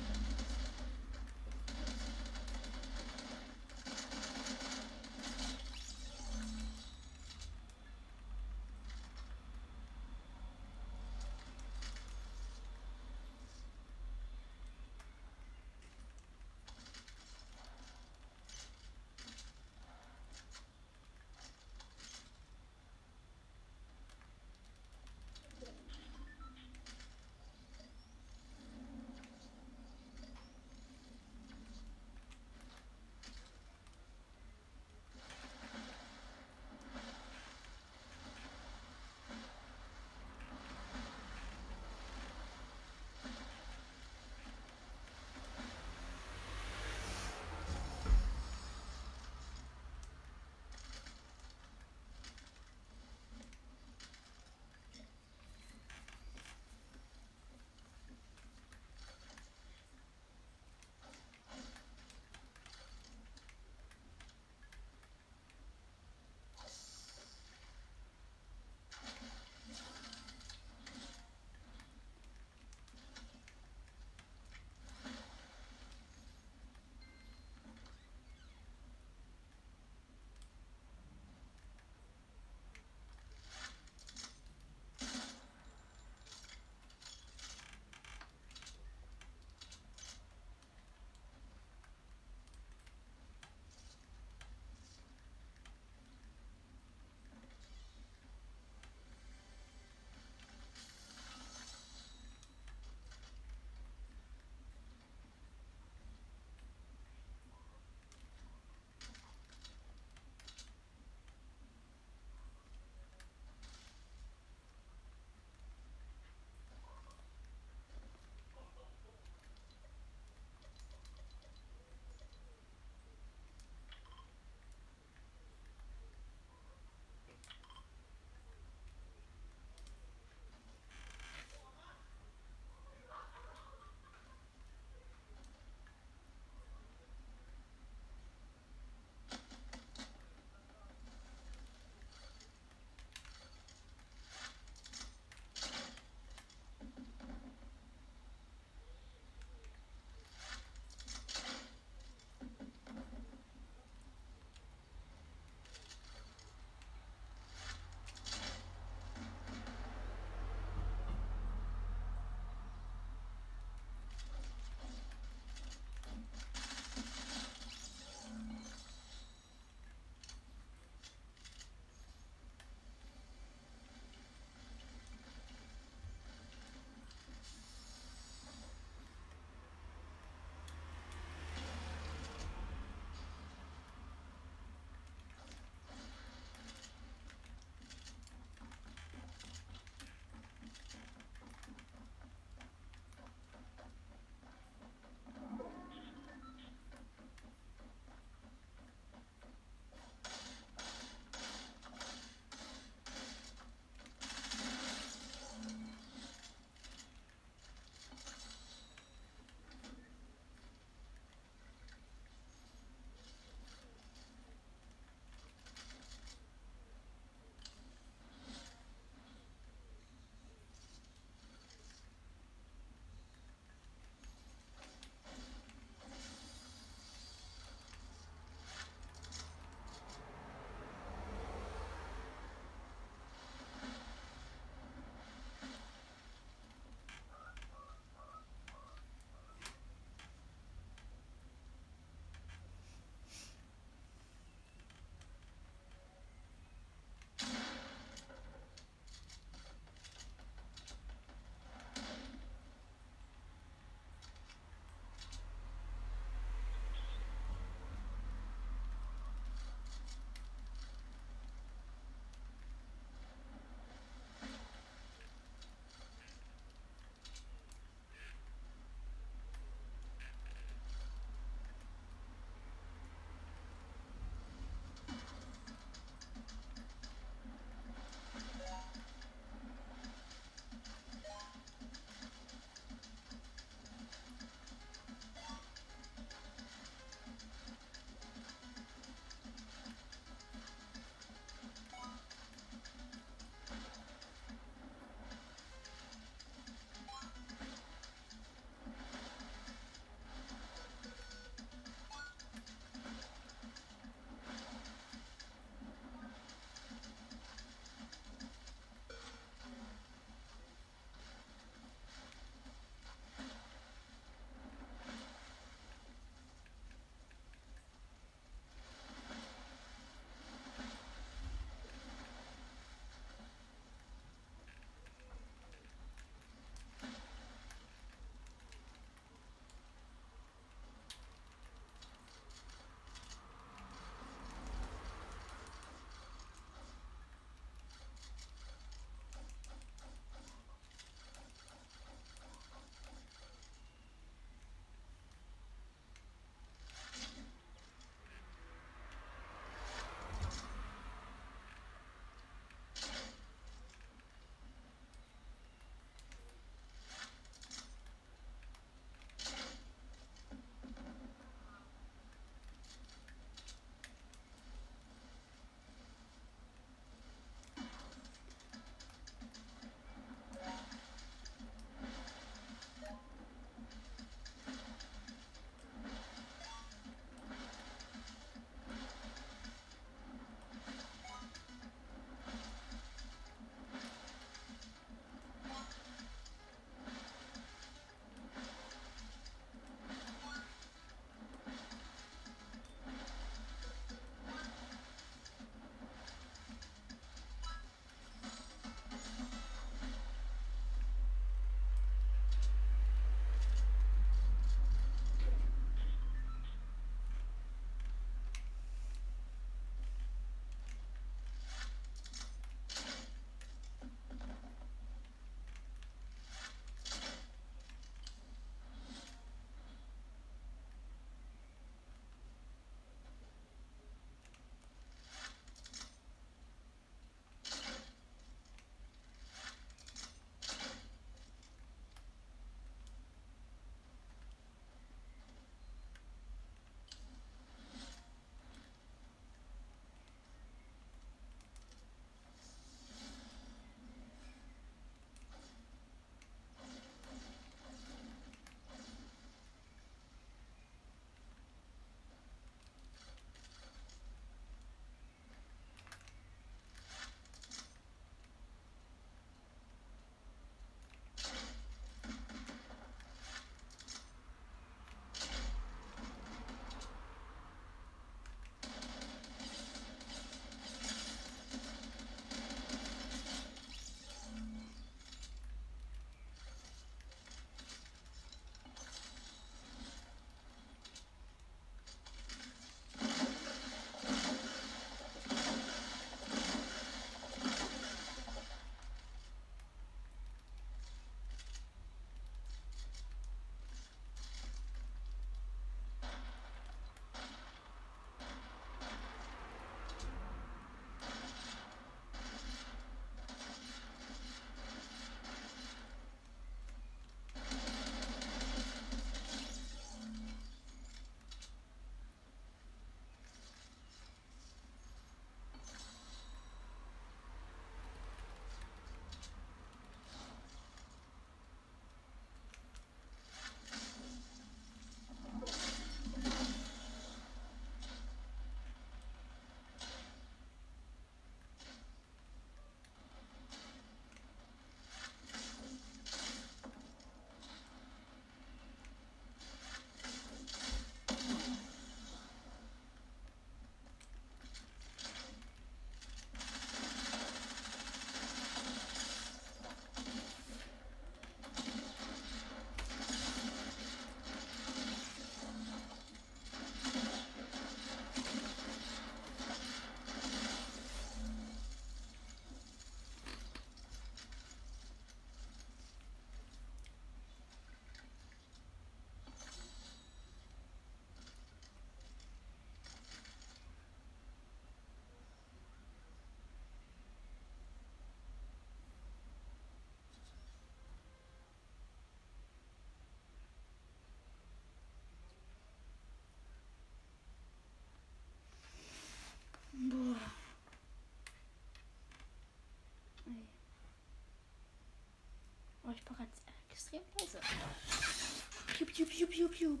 Oh, ich packe jetzt extrem leise. Piu, piu, piu, piu, piu.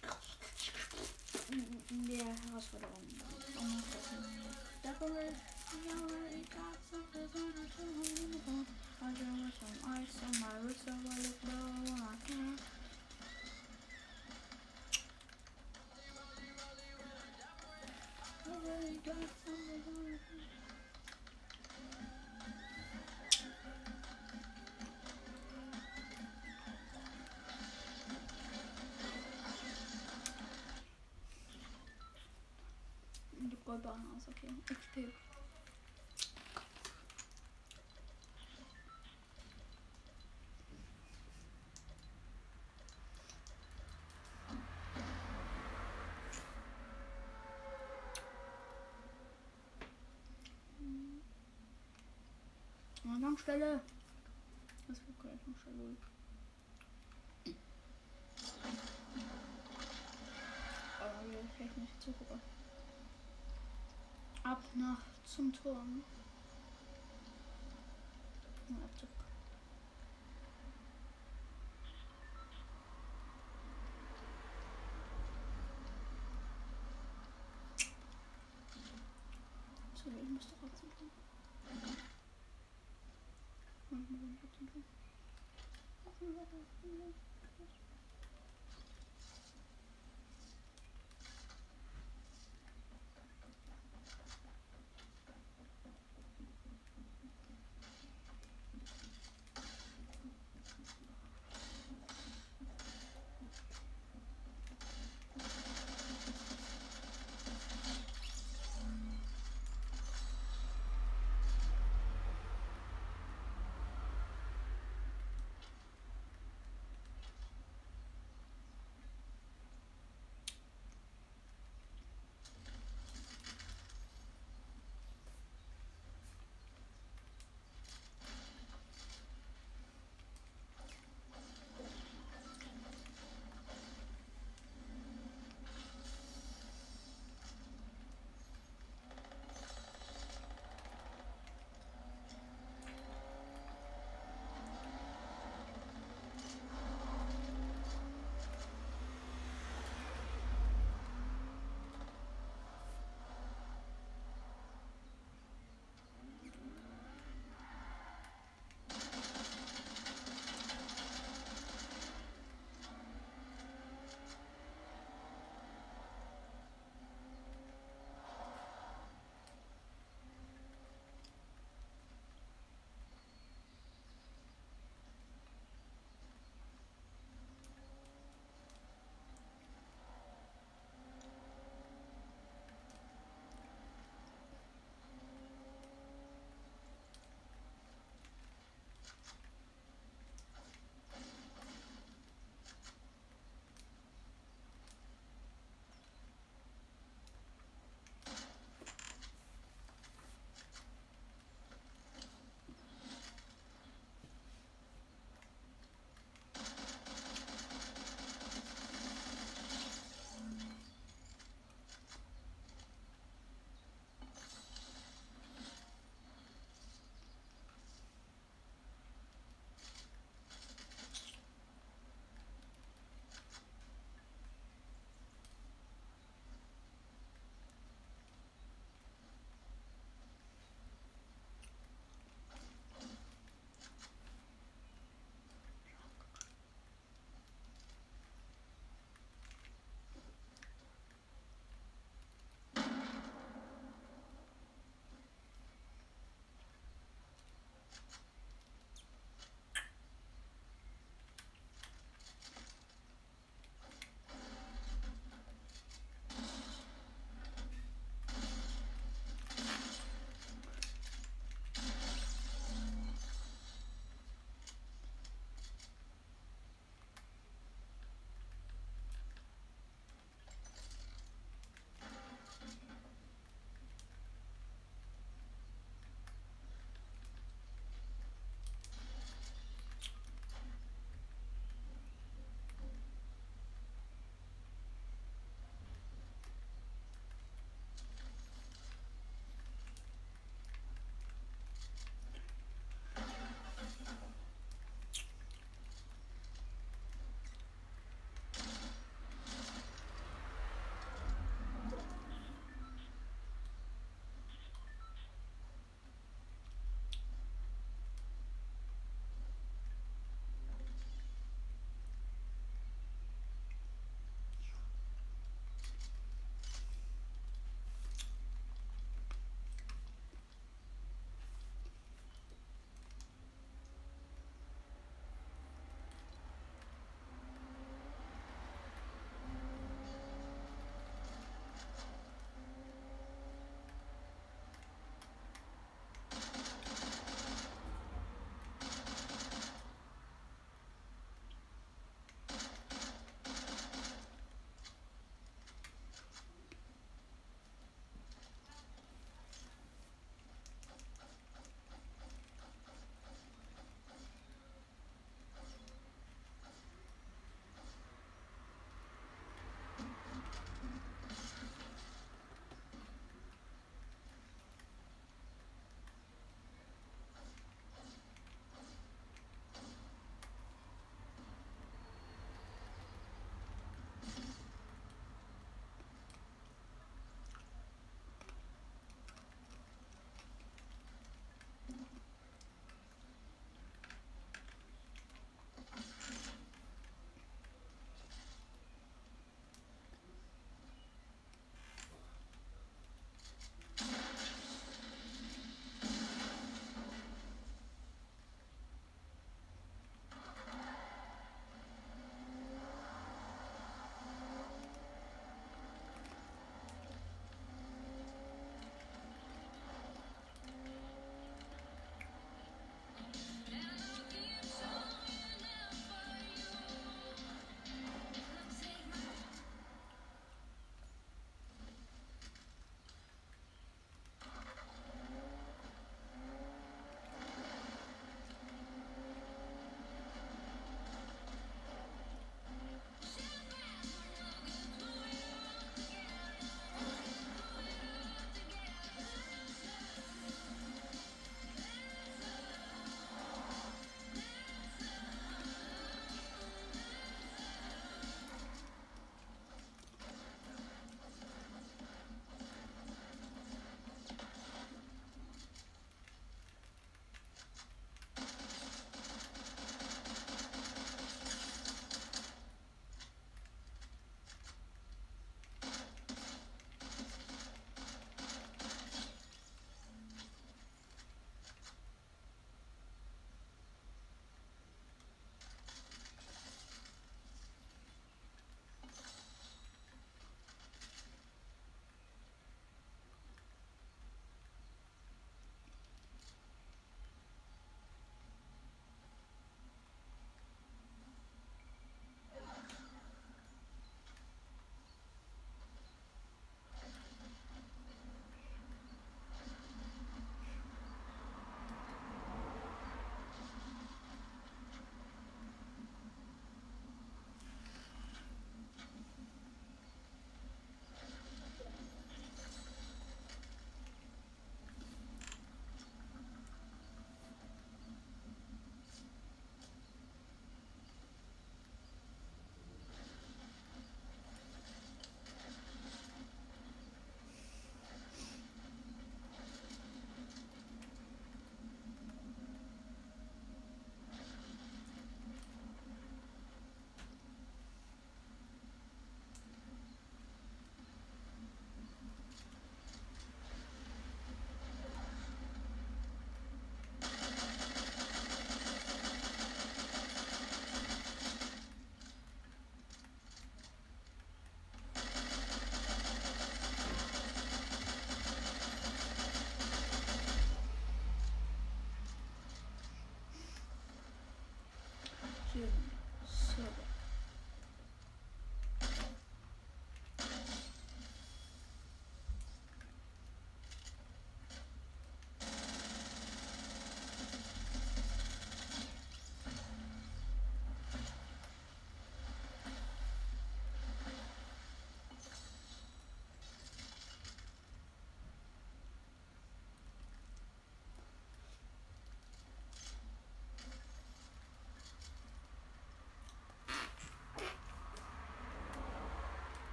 Der Herausforderung. Die Goldbahn aus, okay. XP. Tankstelle. Was für keine Tankstelle? Aber wir vielleicht nicht zugucken. Ab nach zum Turm. Ja, Abzug. So, ich muss doch Abzug tun. Sehr weg.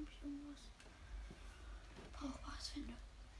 ob ich irgendwas Brauchbares finde.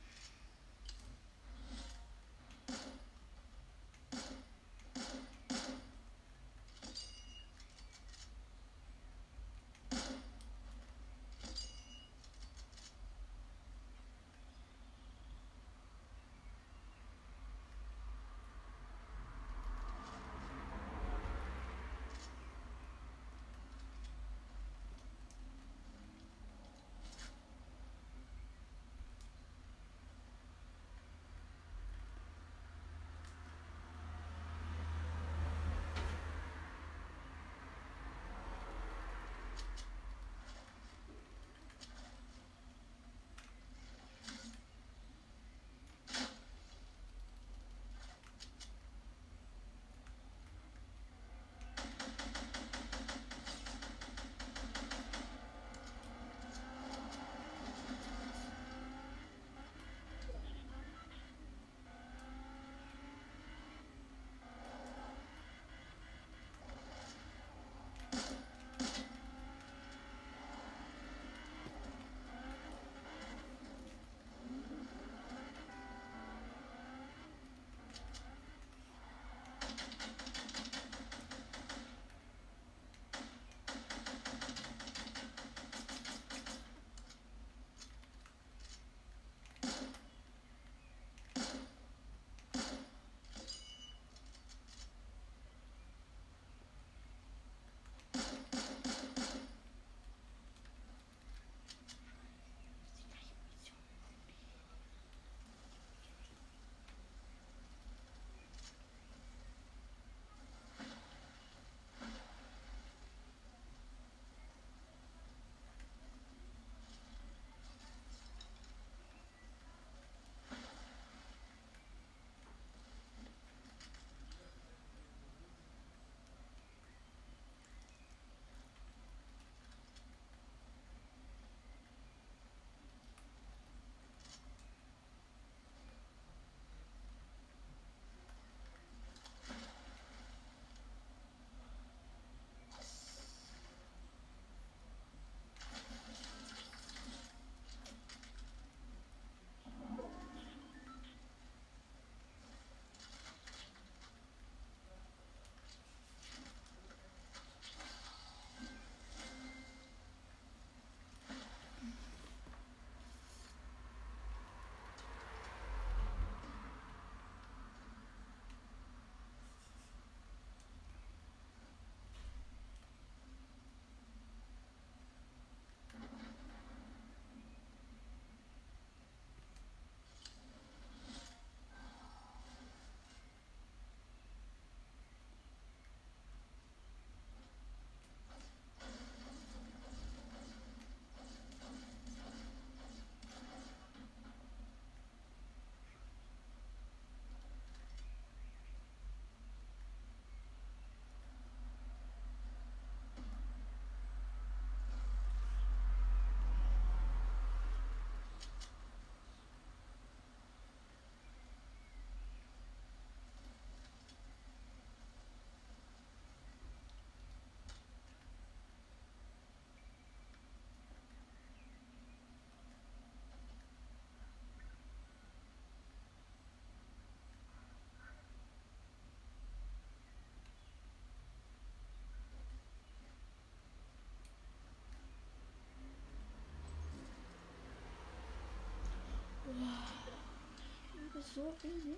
So wenig.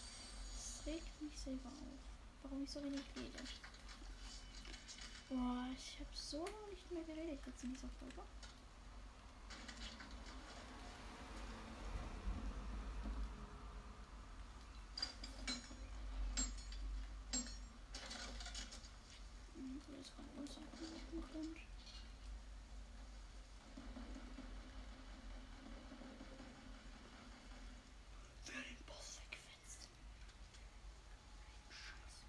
Das regt mich selber auf. Warum ich so wenig rede. Boah, ich habe so lange nicht mehr geredet jetzt in dieser Folge. Das war uns auch ein Grund. Wer den Boss wegfetzt. Scheiße.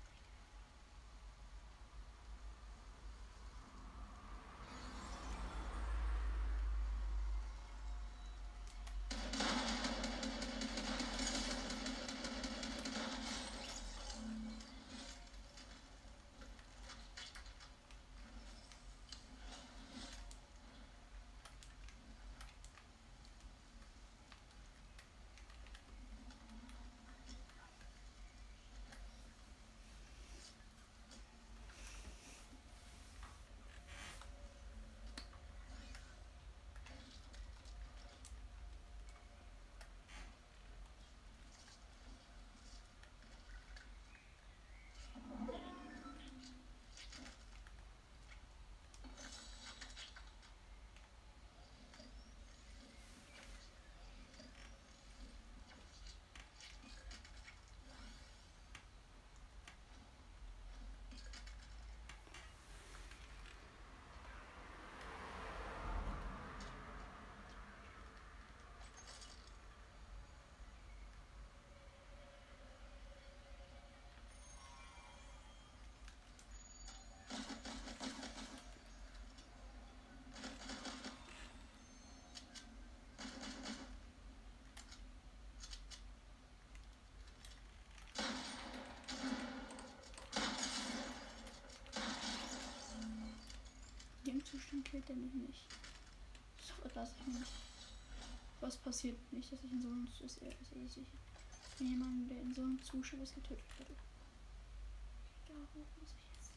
killt der mich nicht. Das lasse ich nicht. Was passiert nicht, dass ich in so einem wenn jemand, der in so einem Zustand ist, getötet wird. Da hoch muss ich jetzt.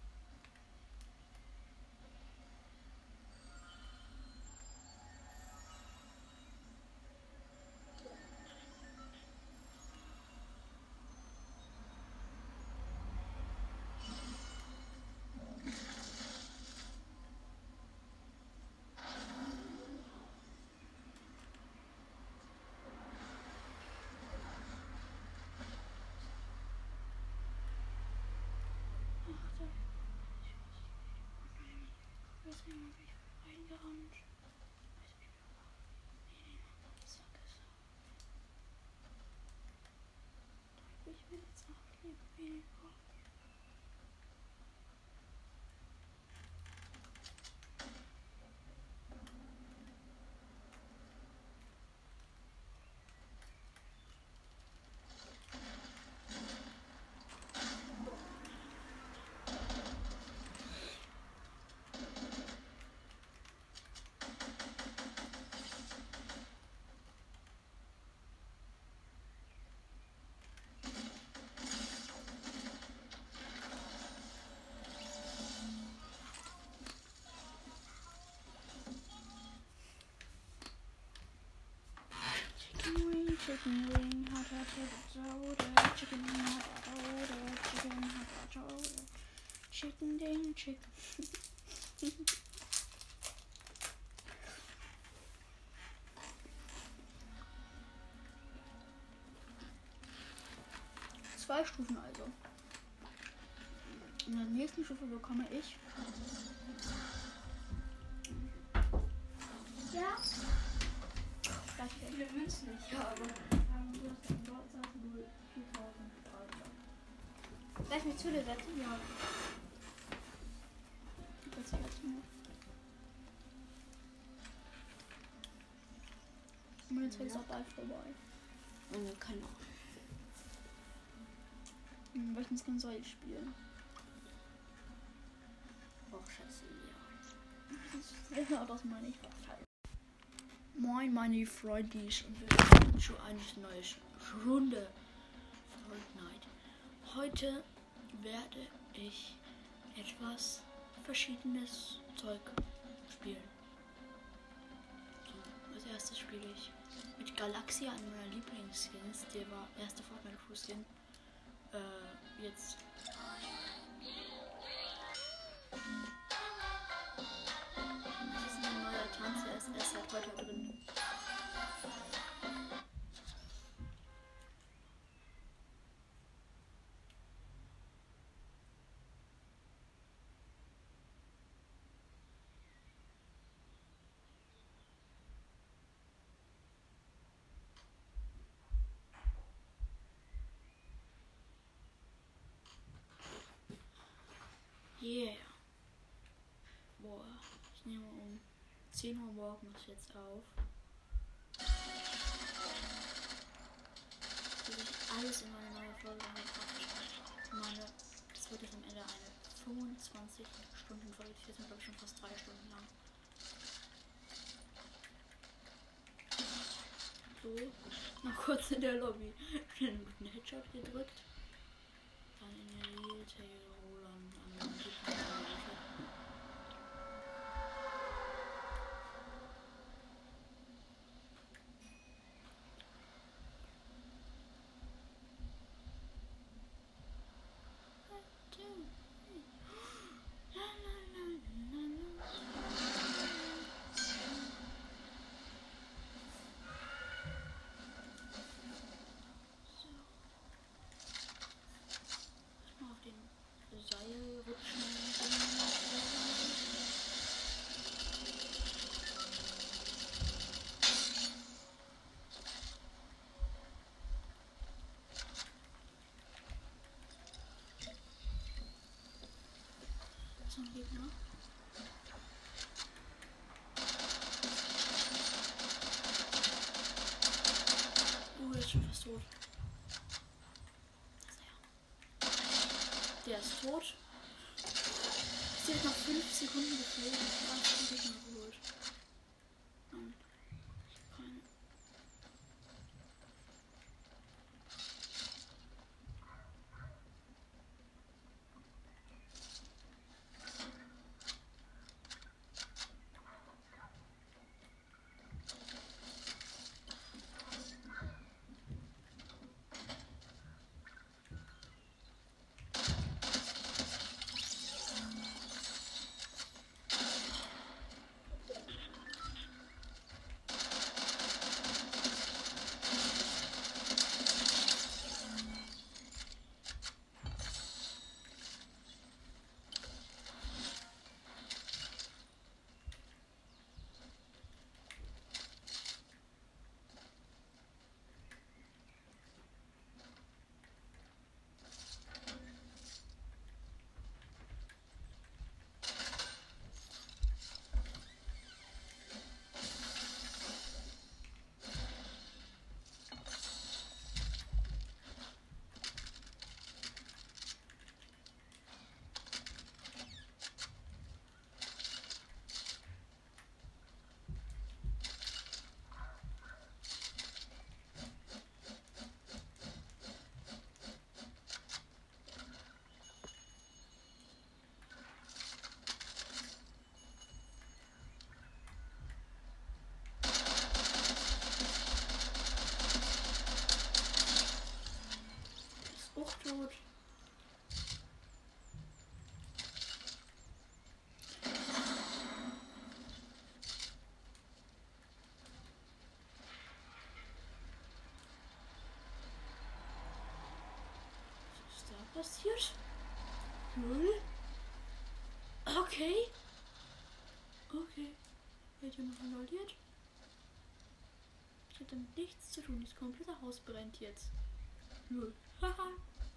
Ich will jetzt auch leben. Chicken wing, hot soda, chicken hot soda, chicken hot soda, chicken ding, chicken. Zwei Stufen also. In der nächsten Stufe bekomme ich. Ja? Viele Münzen nicht habe. Soll ich mich zu dir setzen? Ja. Meine Zeit ist auch bald vorbei. Keine Ahnung. Welchen Skin soll ich spielen? Och, scheiße, ja. Ja, das meine ich. Moin meine Freundis und willkommen zu einer neuen Runde Fortnite. Heute werde ich etwas verschiedenes Zeug spielen. So, als erstes spiele ich mit Galaxia, einer meiner Lieblingsskins. Der war erster Fortnite-Skin. Jetzt. Das ist ein neuer Tanz, der ist erst seit heute drin. Yeah. Boah, ich nehme um 10 Uhr morgens jetzt auf. Will ich alles in meine neue Folge reinpacken. Das wird jetzt am Ende eine 25-Stunden-Folge. Die ist jetzt, glaube ich, schon fast 3 Stunden lang. So, noch kurz in der Lobby einen guten Headshot gedrückt. Dann in der Real-Tail-Rollern an den Seil rutschen. So ein Gegner. Der ist schon fast tot. Der ist tot. ist direkt nach 5 Sekunden geflogen. Das ist endlich mal geholt. Nein. Keine. Auch tot. Was ist da passiert? Null? Okay. Okay. Wird hier noch annulliert? Ich habe damit nichts zu tun. Das komplette Haus brennt jetzt. Null. Haha.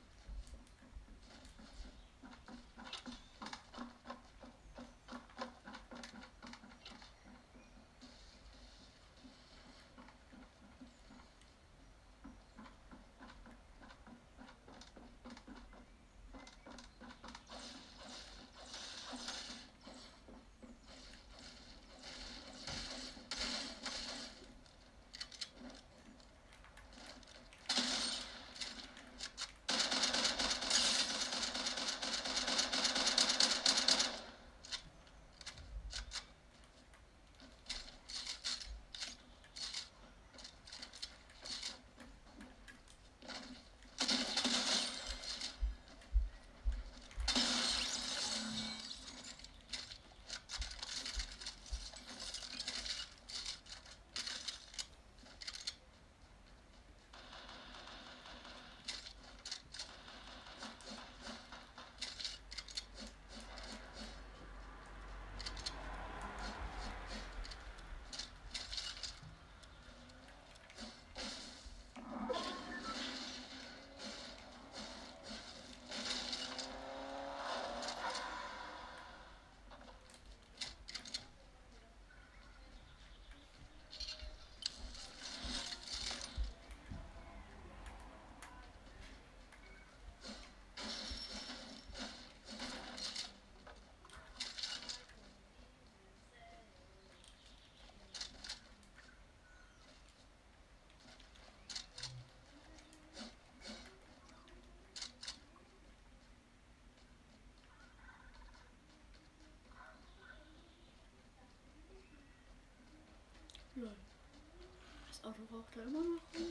Lol. Das Auto raucht da immer noch rum.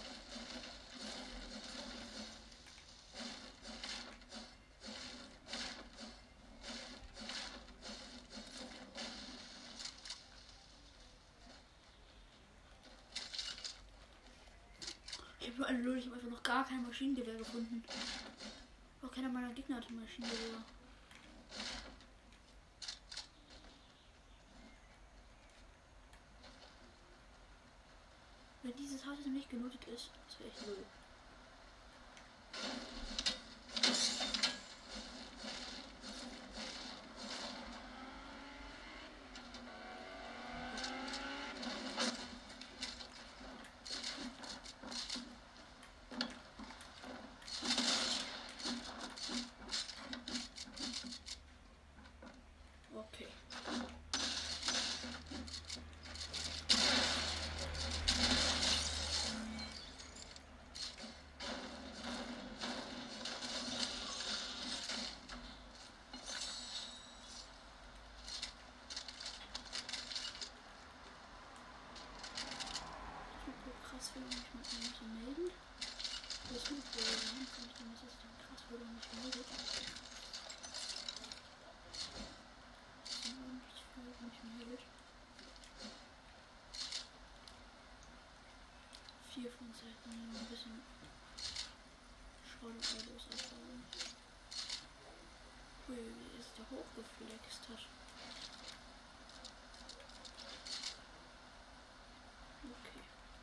Ich habe einfach noch gar kein Maschinengewehr gefunden. Auch keiner meiner Gegner hatte ein Maschinengewehr. Wenn dieses Haus jetzt nicht gelootet ist, das wäre echt null. nicht gemeldet. Nicht gemeldet. 4 von Seiten, ein bisschen Schauderlos aufbauen. Hui, wie ist der hochgeflext hat. Okay.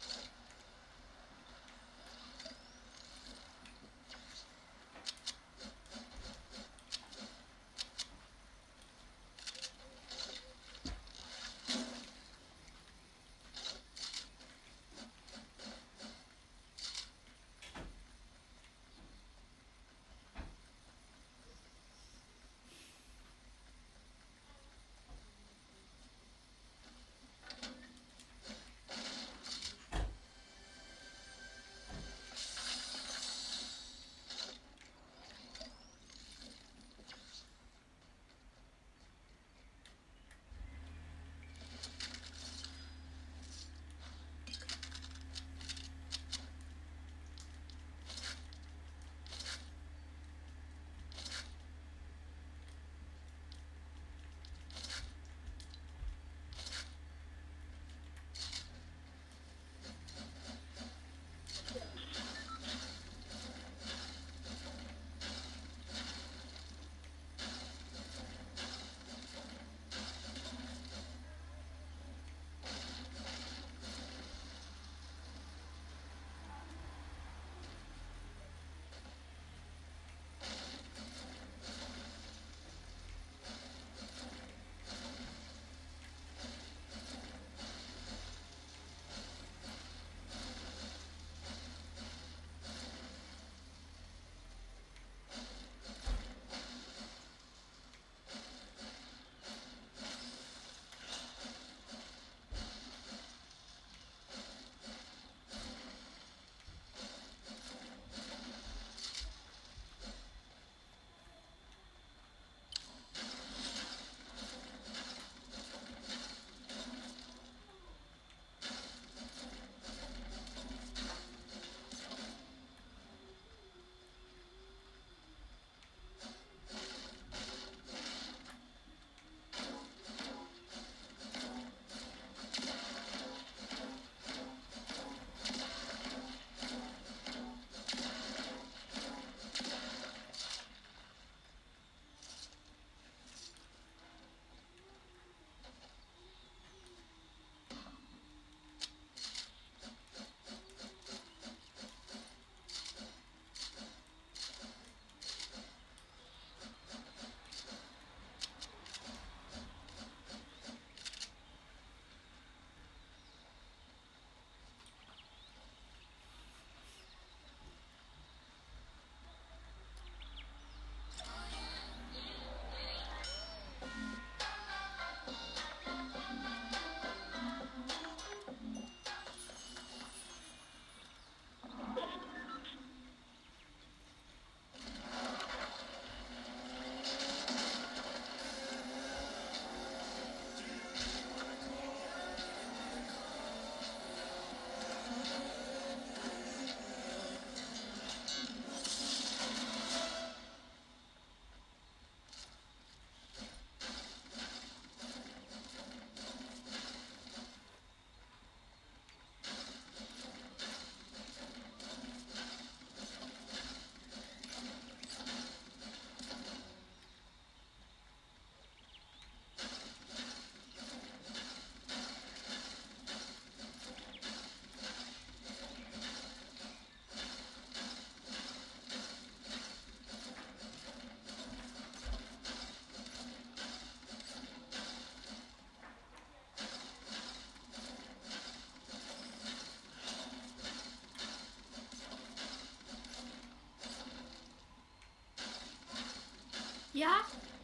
Ja?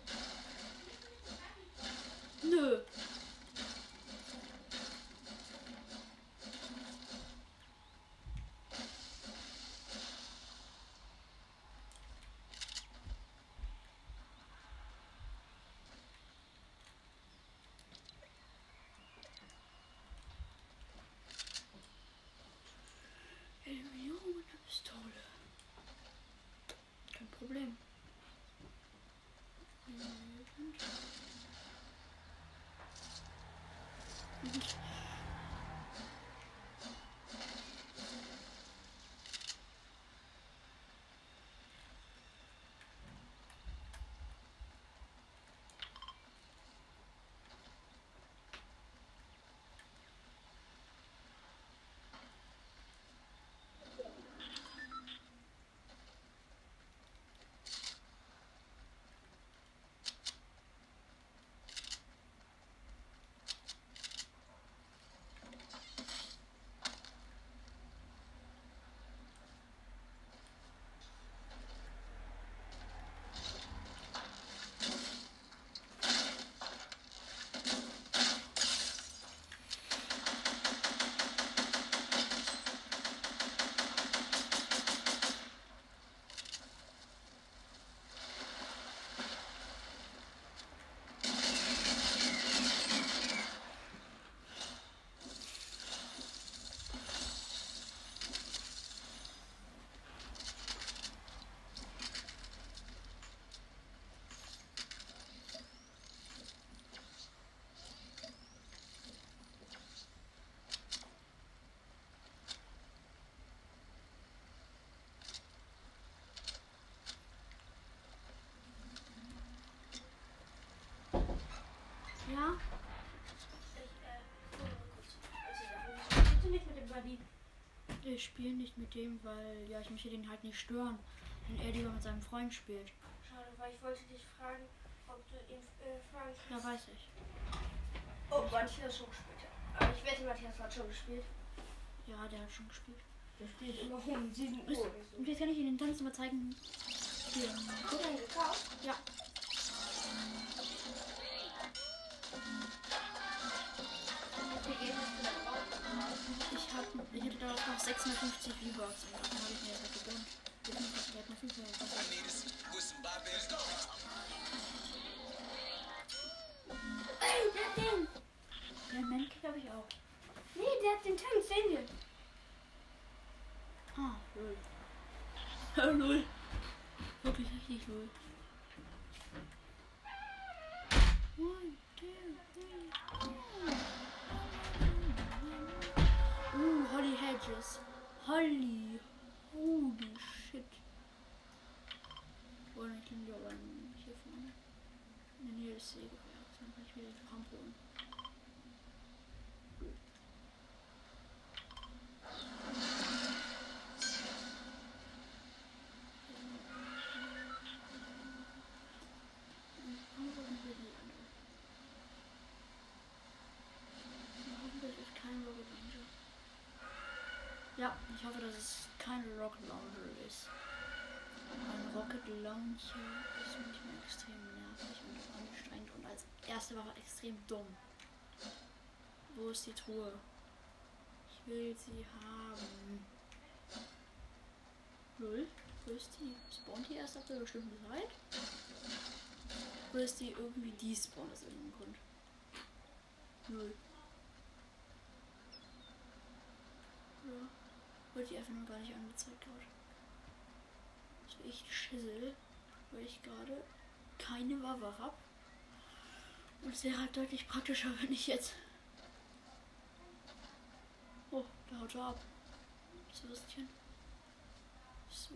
Nö. Eliminierung mit einer Pistole. Kein Problem. Problem. Ja? Spielst du nicht mit dem Buddy? Ich spiele nicht mit dem, weil ja, ich möchte den halt nicht stören, wenn er lieber mit seinem Freund spielt. Schade, weil ich wollte dich fragen, ob du ihn fragen kannst. Ja, weiß ich. Oh, Matthias schon gespielt. Aber ich wette, Matthias hat schon gespielt. Ja, der hat schon gespielt. Der spielt immer um 7 Uhr oder so. Und jetzt kann ich Ihnen den Tanz mal zeigen. Hier. Hast du den gekauft? Ja. Wie geht es denn drauf? Ich hätte darauf noch 650 V-Bucks und dann habe ich mir das halt gegönnt. Der hat noch 5 Euro gekostet. Ey, der hat den! Ja, Mankick habe ich auch. Nee, der hat den Tanz, sehen wir. Ah, lol. Lol. Wirklich richtig lol. 1, 2, 3. Holly Hedges. Holy shit. Oh, ich kann die aber hier vorne. In der Nähe des Sägewerks. Dann kann ich wieder den Ramp holen. Ja, ich hoffe, dass es kein Rocket Launcher ist. Ein Rocket Launcher ist manchmal extrem nervig und anstrengend und als erste Waffe extrem dumm. Wo ist die Truhe? Ich will sie haben. Null. Wo ist die? Spawnt die erst ab einer bestimmten Zeit? Oder ist die irgendwie despawned aus irgendeinem Grund? Null. Ja. Wurde die einfach nur gar nicht angezeigt gerade. Das ist echt Schissel, weil ich gerade keine Waffe habe. Und es wäre halt deutlich praktischer, wenn ich jetzt. Oh, da haut er ab. Das Würstchen. So.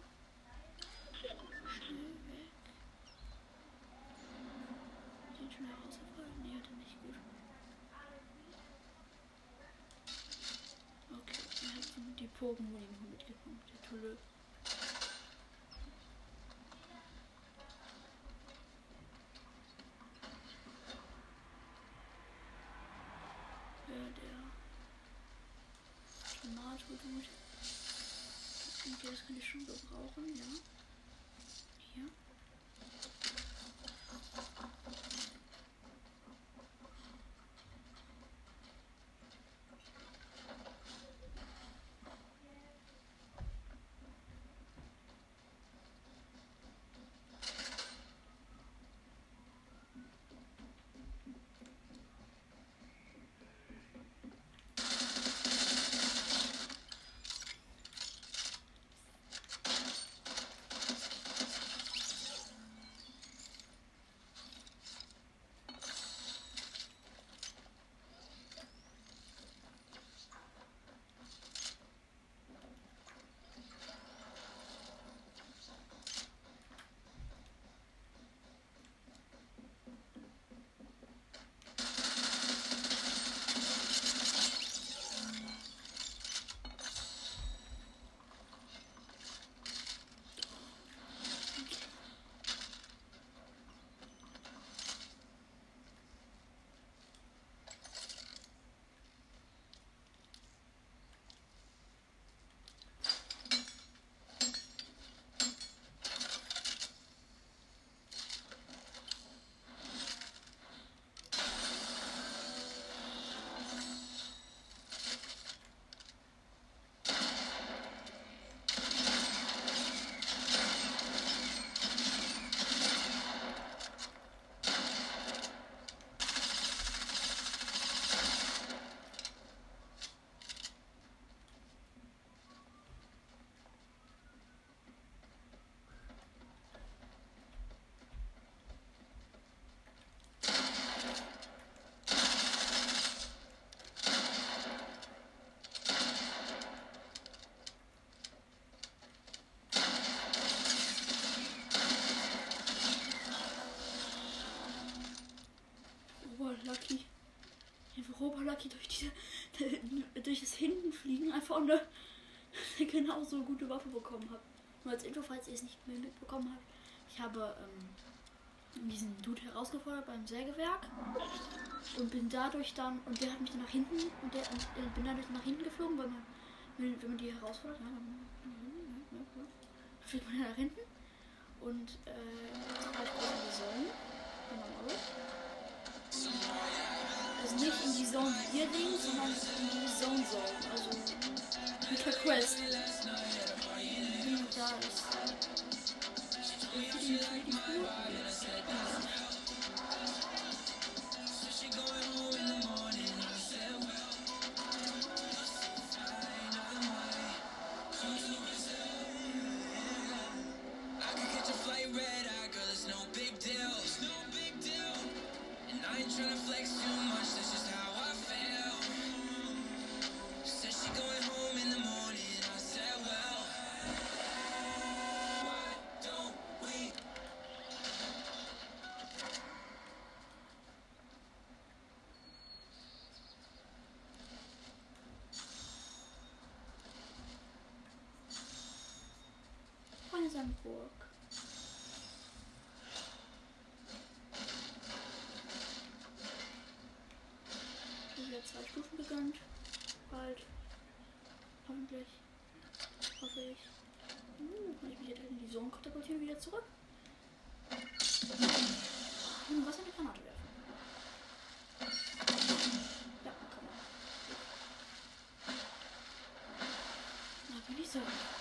Schnell weg. Den schon herausgefallen? Nee, hat er nicht gut. Okay, er hat die Pokémon mitgenommen, der Tulle. Der Tomato-Dude. Okay, das kann ich schon gebrauchen, ja. Hier. lucky durch das Hintenfliegen einfach eine genauso gute Waffe bekommen habe. Nur als Info, falls ihr es nicht mehr mitbekommen habt. Ich habe diesen Dude herausgefordert beim Sägewerk und bin dadurch dann, und der hat mich dann nach hinten, und bin dadurch nach hinten geflogen, weil man, wenn man die herausfordert, ja, dann fliegt man nach hinten und jetzt war ich in die Zone. Also nicht in die Zone, wie ihr denkt, sondern in die Zone, also mit der Quest. Da ist. Sandburg. Ich habe 2 Stufen gegönnt. Bald. Hoffentlich. Hoffe ich. Kann ich mich jetzt in die Zone katapultieren wieder zurück? Was eine Granate werfen. Ja, kann man. Na, bin ich so.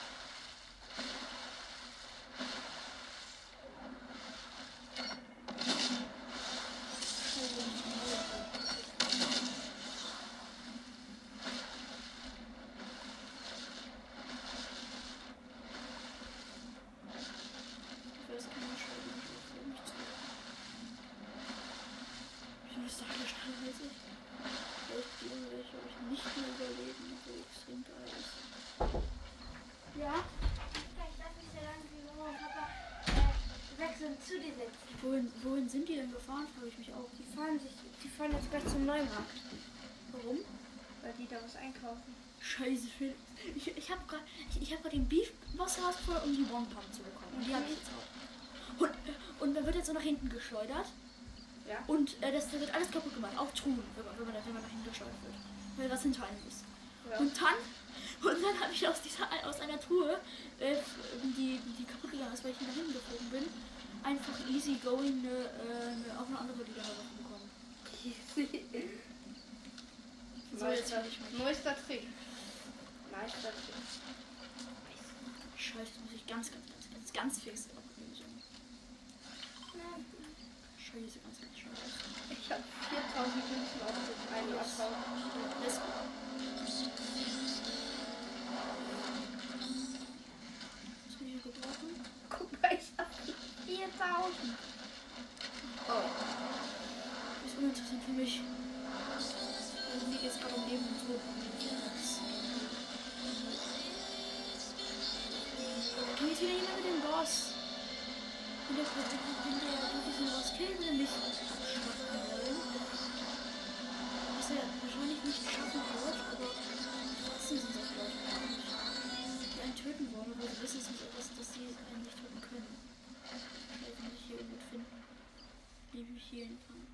Zu dir setzen. Wohin sind die denn gefahren, frage ich mich auch. Die fahren jetzt gleich zum Neumarkt. Warum? Weil die da was einkaufen. Scheiße, Phil. Ich habe gerade den Beef was rausgefordert, um die One Pump zu bekommen. Und die habe ich jetzt auch. Und dann wird jetzt so nach hinten geschleudert. Ja. Und das wird alles kaputt gemacht. Auch Truhen, wenn man nach hinten geschleudert wird. Weil was hinter einem ist. Ja. Und dann habe ich aus einer Truhe, die kaputt gegangen ist, weil ich nach hinten geflogen bin, einfach easy going auf eine andere Liga bekommen. So, jetzt habe ich mich. Neuester Trick. Meistertrick. Scheiße, muss ich ganz fix abnehmen. Scheiße, ganz scheiße. Ich habe 4000 Münzen auf einen Account. Let's go. Was bin ich gebrochen? Guck mal, ich habe 4000. Oh. Das ist uninteressant für mich. Also mir geht es gerade um Leben und Tod. Kann jetzt wieder jemand mit dem Boss? Wenn der diesen Boss killt, will er mich abschlachten wollen. Was er wahrscheinlich nicht schaffen wird, aber trotzdem sind das Leute, die einen töten wollen, aber sie wissen es nicht, dass sie einen nicht töten können. Vielleicht muss ich hier irgendwo finden, wie ich hier hinfangen.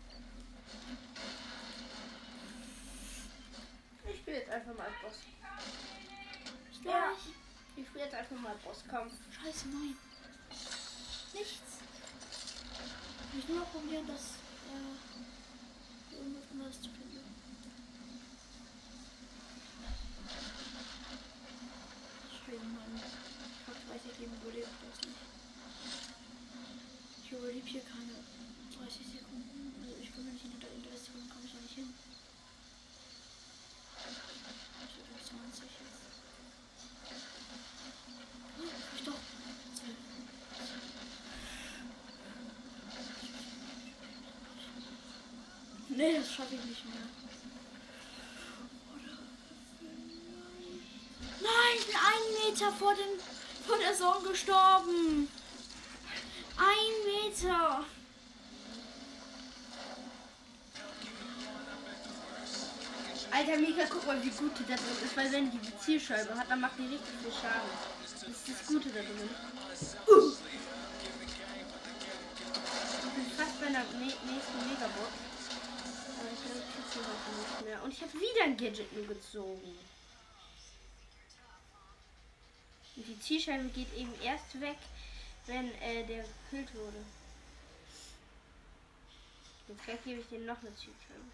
Ich spiele jetzt einfach mal Boss. Ja. Ich spiele jetzt einfach mal Bosskampf. Scheiße, nein. Nichts. Ich will nur mal probieren, dass irgendwas anderes zu finden. Scheiße, Mann. Fakt 30 Leben überlebt das nicht. Ich überlebe hier keine 30 Sekunden. Also ich komme nicht hinter 30 Sekunden, komme ich da nicht hin. Ich habe 20 jetzt. Ich doch. 12. Nee, das schaffe ich nicht mehr. Nein, ich bin 1 Meter vor der Zone gestorben. 1 Meter. Alter, Mika, guck mal, wie gut die da drin ist, weil wenn die Zielscheibe hat, dann macht die richtig viel Schaden. Das ist das Gute da drin. Ich bin fast bei der nächsten Megabox. Aber ich glaube, ich krieg sie heute nicht mehr. Und ich habe wieder ein Gadget nur gezogen. Und die Zielscheibe geht eben erst weg, wenn der gekillt wurde. Jetzt gleich gebe ich denen noch eine Zielscheibe.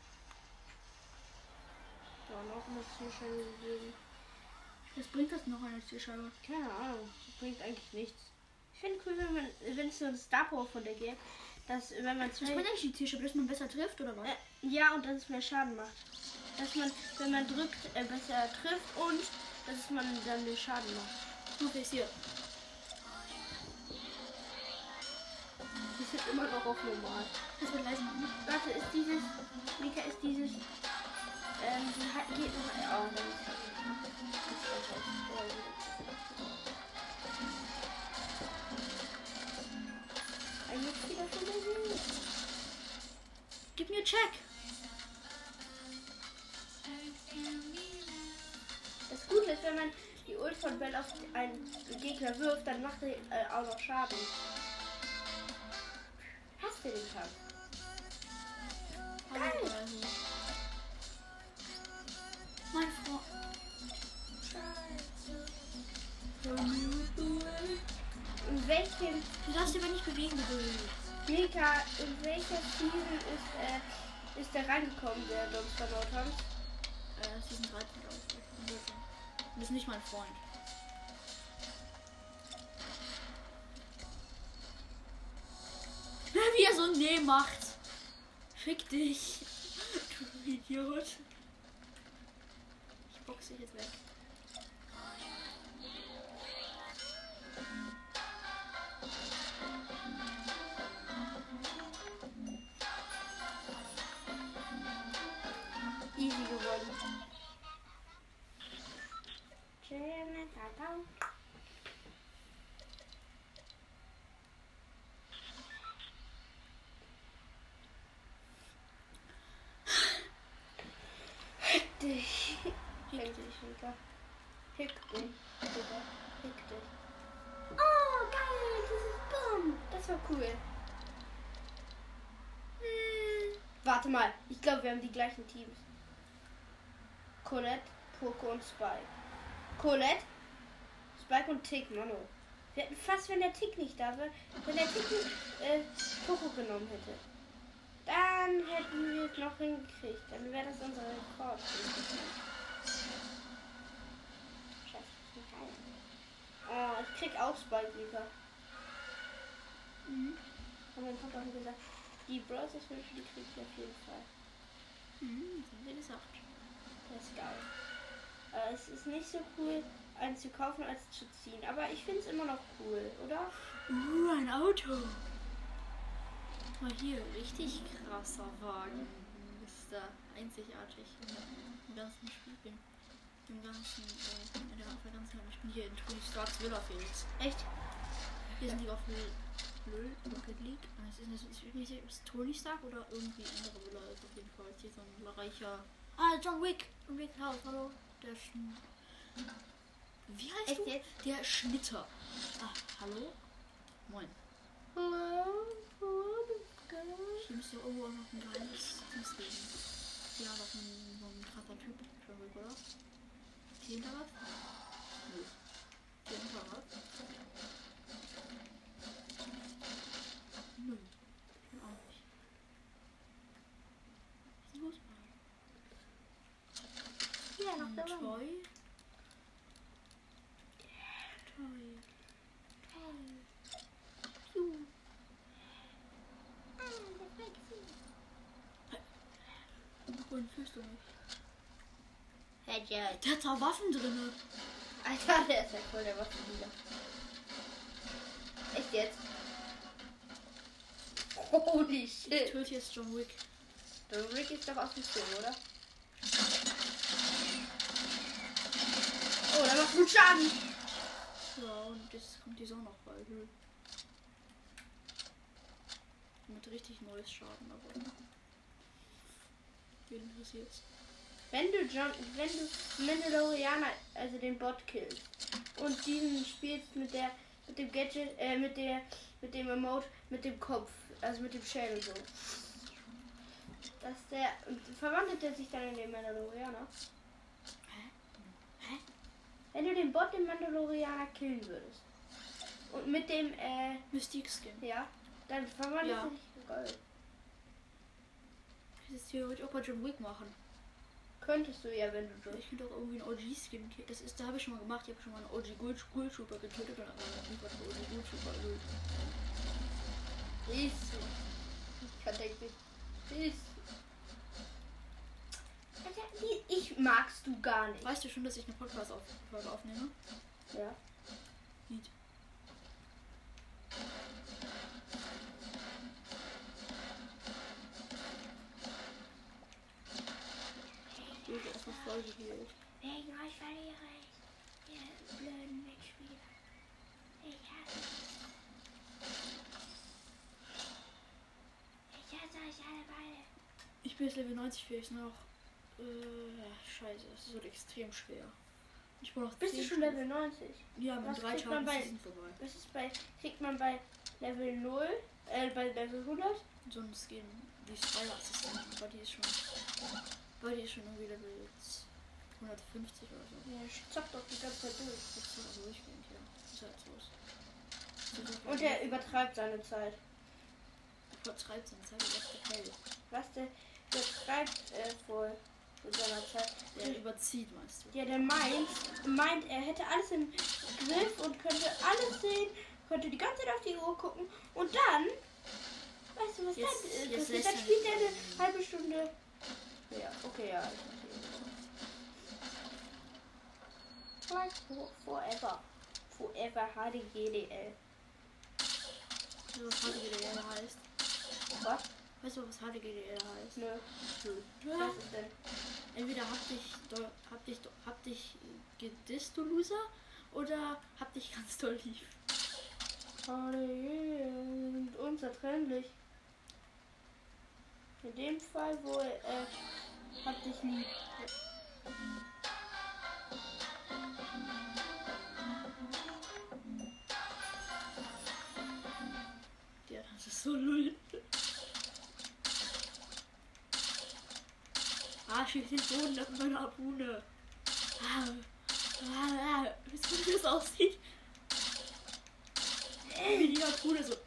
So, noch eine Zielscheibe gegeben. Was bringt das noch eine Zielscheibe? Keine Ahnung, das bringt eigentlich nichts. Ich finde cool, wenn es so ein Star Power von der gibt, dass wenn man Was bringt eigentlich die Zielscheibe, dass man besser trifft oder was? ja, und dass es mehr Schaden macht. Dass man, wenn man drückt, besser trifft und dass man dann den Schaden macht. Okay, ist hier. Die sind immer noch auf normal. Das wird leise machen. Warte, ist dieses. Mika, ist dieses. Geht noch. Oh, dann ist ein Mitspieler schon besiegt. Gib mir Check. Das Gute ist, wenn man die Ult von Bell auf einen Gegner wirft, dann macht er auch noch Schaden. Hast du den Kampf? Geil! Mein Freund. In welchem. Du darfst dich aber nicht bewegen, du. Mika, in welcher Season ist der reingekommen, der uns verlaut hat? Season 13, glaube ich. Das ist nicht mein Freund. Wie er so ein Nee macht. Fick dich. Du Idiot. Ich boxe dich jetzt weg. Easy gewonnen. Dich. Fick dich, Mika. Fick dich. Digga. Fick dich. Oh, geil. Dieses Baum. Das war cool. Warte mal. Ich glaube, wir haben die gleichen Teams. Colette, Poco und Spike. Colette, Spike und Tick, Mano. Wir hätten fast, wenn der Tick nicht da wäre, wenn der Tick nicht Poco genommen hätte. Dann hätten wir es noch hingekriegt. Dann wäre das unser Rekord. Scheiße, ich bin geil. Oh, ich krieg auch Spike wieder. Mhm. Und mein Papa hat gesagt, die Bros. Wünsche, die krieg ich auf jeden Fall. Mhm, das haben wir gesagt. Das ist geil. Es ist nicht so cool, einen zu kaufen als zu ziehen. Aber ich finde es immer noch cool, oder? Ein Auto. Mal hier, richtig krasser Wagen. Das ist da einzigartig im ganzen Spiel. Im ganzen, in der ganzen, ich bin hier in Tony Starks Villa Felix. Echt? Hier sind die auf Rocket League. Ist Tony Stark oder irgendwie andere Villa? Ist auf jeden Fall hier so ein reicher. Ah, John Wick! John Wick Haus, hallo. Der Wie heißt Echt du? jetzt? Der Schnitter. Ah, hallo? Moin. Hello? Hier müsste irgendwo noch ein geiles Dings geben. Ja, doch so ein krasser Typ. John Wick, oder? Hier hinter was? Nö. Hier hinter was? Nö. Hier auch nicht. Was ist los? Ja, noch da. Toy. Wohin fühlst du mich? Headshot. Der hat da Waffen drin. Alter, der ist ja voll der Waffendealer. Echt jetzt? Holy Ich shit. töte jetzt John Wick. Der Rick ist doch aus dem Film, oder? Oh, der macht gut Schaden. Ja, und jetzt kommt die Sonne noch bald. Mit richtig neues Schaden, aber wen interessiert's? wenn du Mandalorianer, also den Bot killst und diesen spielst mit dem Gadget, mit dem Emote, mit dem Kopf, also mit dem Shell und so. Verwandelt er sich dann in den Mandalorianer? Hä? Wenn du den Bot, den Mandalorianer killen würdest. Und mit dem, Mystique Skin. ja, dann verwandelt Ja. er sich in Gold. Ich kann das theoretisch auch bei John Wick machen. Könntest du ja, wenn du Ich könnte auch irgendwie einen OG-Skin killen. Da habe ich schon mal gemacht. Ich habe schon mal einen OG Ghoul Trooper getötet und dann irgendwann einen OG Ghoul Trooper erlöst. Siehst du. Ich kann denken, siehst du. Alter, ich magst du gar nicht. Weißt du schon, dass ich eine Podcast-Folge aufnehme? Ja. Lied. Ich habe erstmal voll geheilt. Wegen euch verliere ich. Ihr blöden Mitspieler. Ich hasse euch alle beide. Ich bin jetzt Level 90 fähig noch. Scheiße, das wird extrem schwer. Ich brauche noch Bist du 10 schon Level 90? Ja, mit Was 3 kriegt man Tagen sind vorbei. Das ist kriegt man bei Level 0, bei Level 100? So ein Skin, die ist 3 Assistentin, aber die ist schon irgendwie Level 150 oder so. Ja, ich zock doch die ganze Zeit durch. Das ist aber durchgehend, ja. Ist halt so. Und er übertreibt seine Zeit. Übertreibt seine Zeit, der Hell. Was der übertreibt voll mit seiner Zeit. Der überzieht, meinst du? Ja, der meint, er hätte alles im Griff und könnte alles sehen, könnte die ganze Zeit auf die Uhr gucken und dann, weißt du, was dann passiert? Dann spielt er eine halbe Stunde. Ja, okay, ja. Like forever. Forever HDGDL. Weißt du, was HDGDL heißt? Was? Weißt du, was HDGDL heißt? Nö. Was ist denn? Entweder hab dich gedisst, du Loser, oder hab dich ganz doll lieb. HDGDL sind unzertrennlich. In dem Fall, wo hab dich lieb. Ja, das ist so lull. Schieß den Boden auf meine Harpune. Wisst ihr, wie das aussieht? Wie die Harpune so.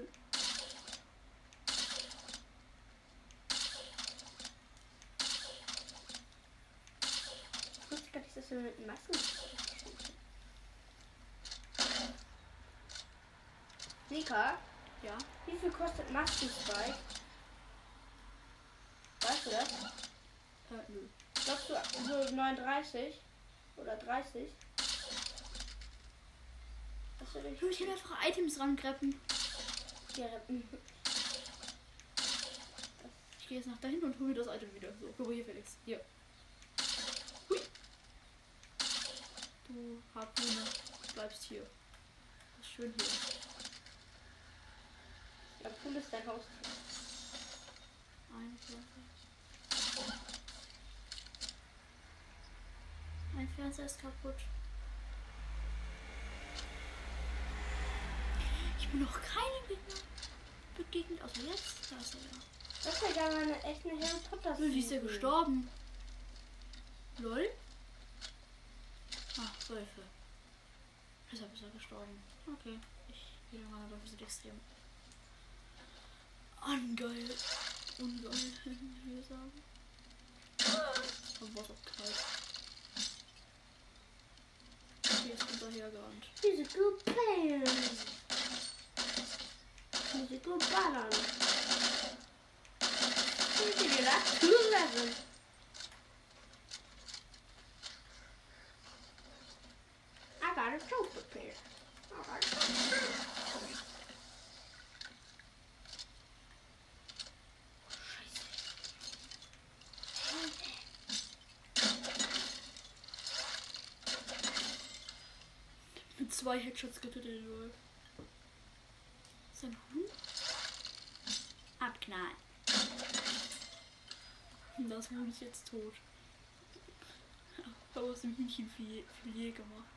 Ich wusste gar nicht, dass wir mit Masken. Nika, Ja? wie viel kostet Maskenspike? Weißt du das? Nö. Glaubst du so 39 oder 30? Das würde ich. Ich will einfach Items rangreppen. Ja, Ich gehe jetzt nach dahin und hole mir das Item wieder. So, guck mal hier, Felix. Hier. Hui. Du Harpune, bleibst hier. Das ist schön hier. ja, cool ist dein Haus. 21. Mein Fernseher ist kaputt. Ich bin noch keinem Gegner begegnet, außer jetzt. Da ist er ja. Das ist ja gar eine echte Harry Potter. Wie ist der gestorben? Lol? Ach, Säufe. Deshalb ist er gestorben. Okay. Ich gehe mal, aber wir sind extrem ungeil. Ungeil, wie wir sagen. Aber was auch kalt. Hier ist hinterher gerannt. Musical Players. Musical Ballern. Musical Last to 11. I got a show prepared. Mit 2 Headshots getötet, lol. Ist ein Hund? Abknallen. Das Huhn ist jetzt tot. Ich habe aus dem Hühnchenfilet gemacht.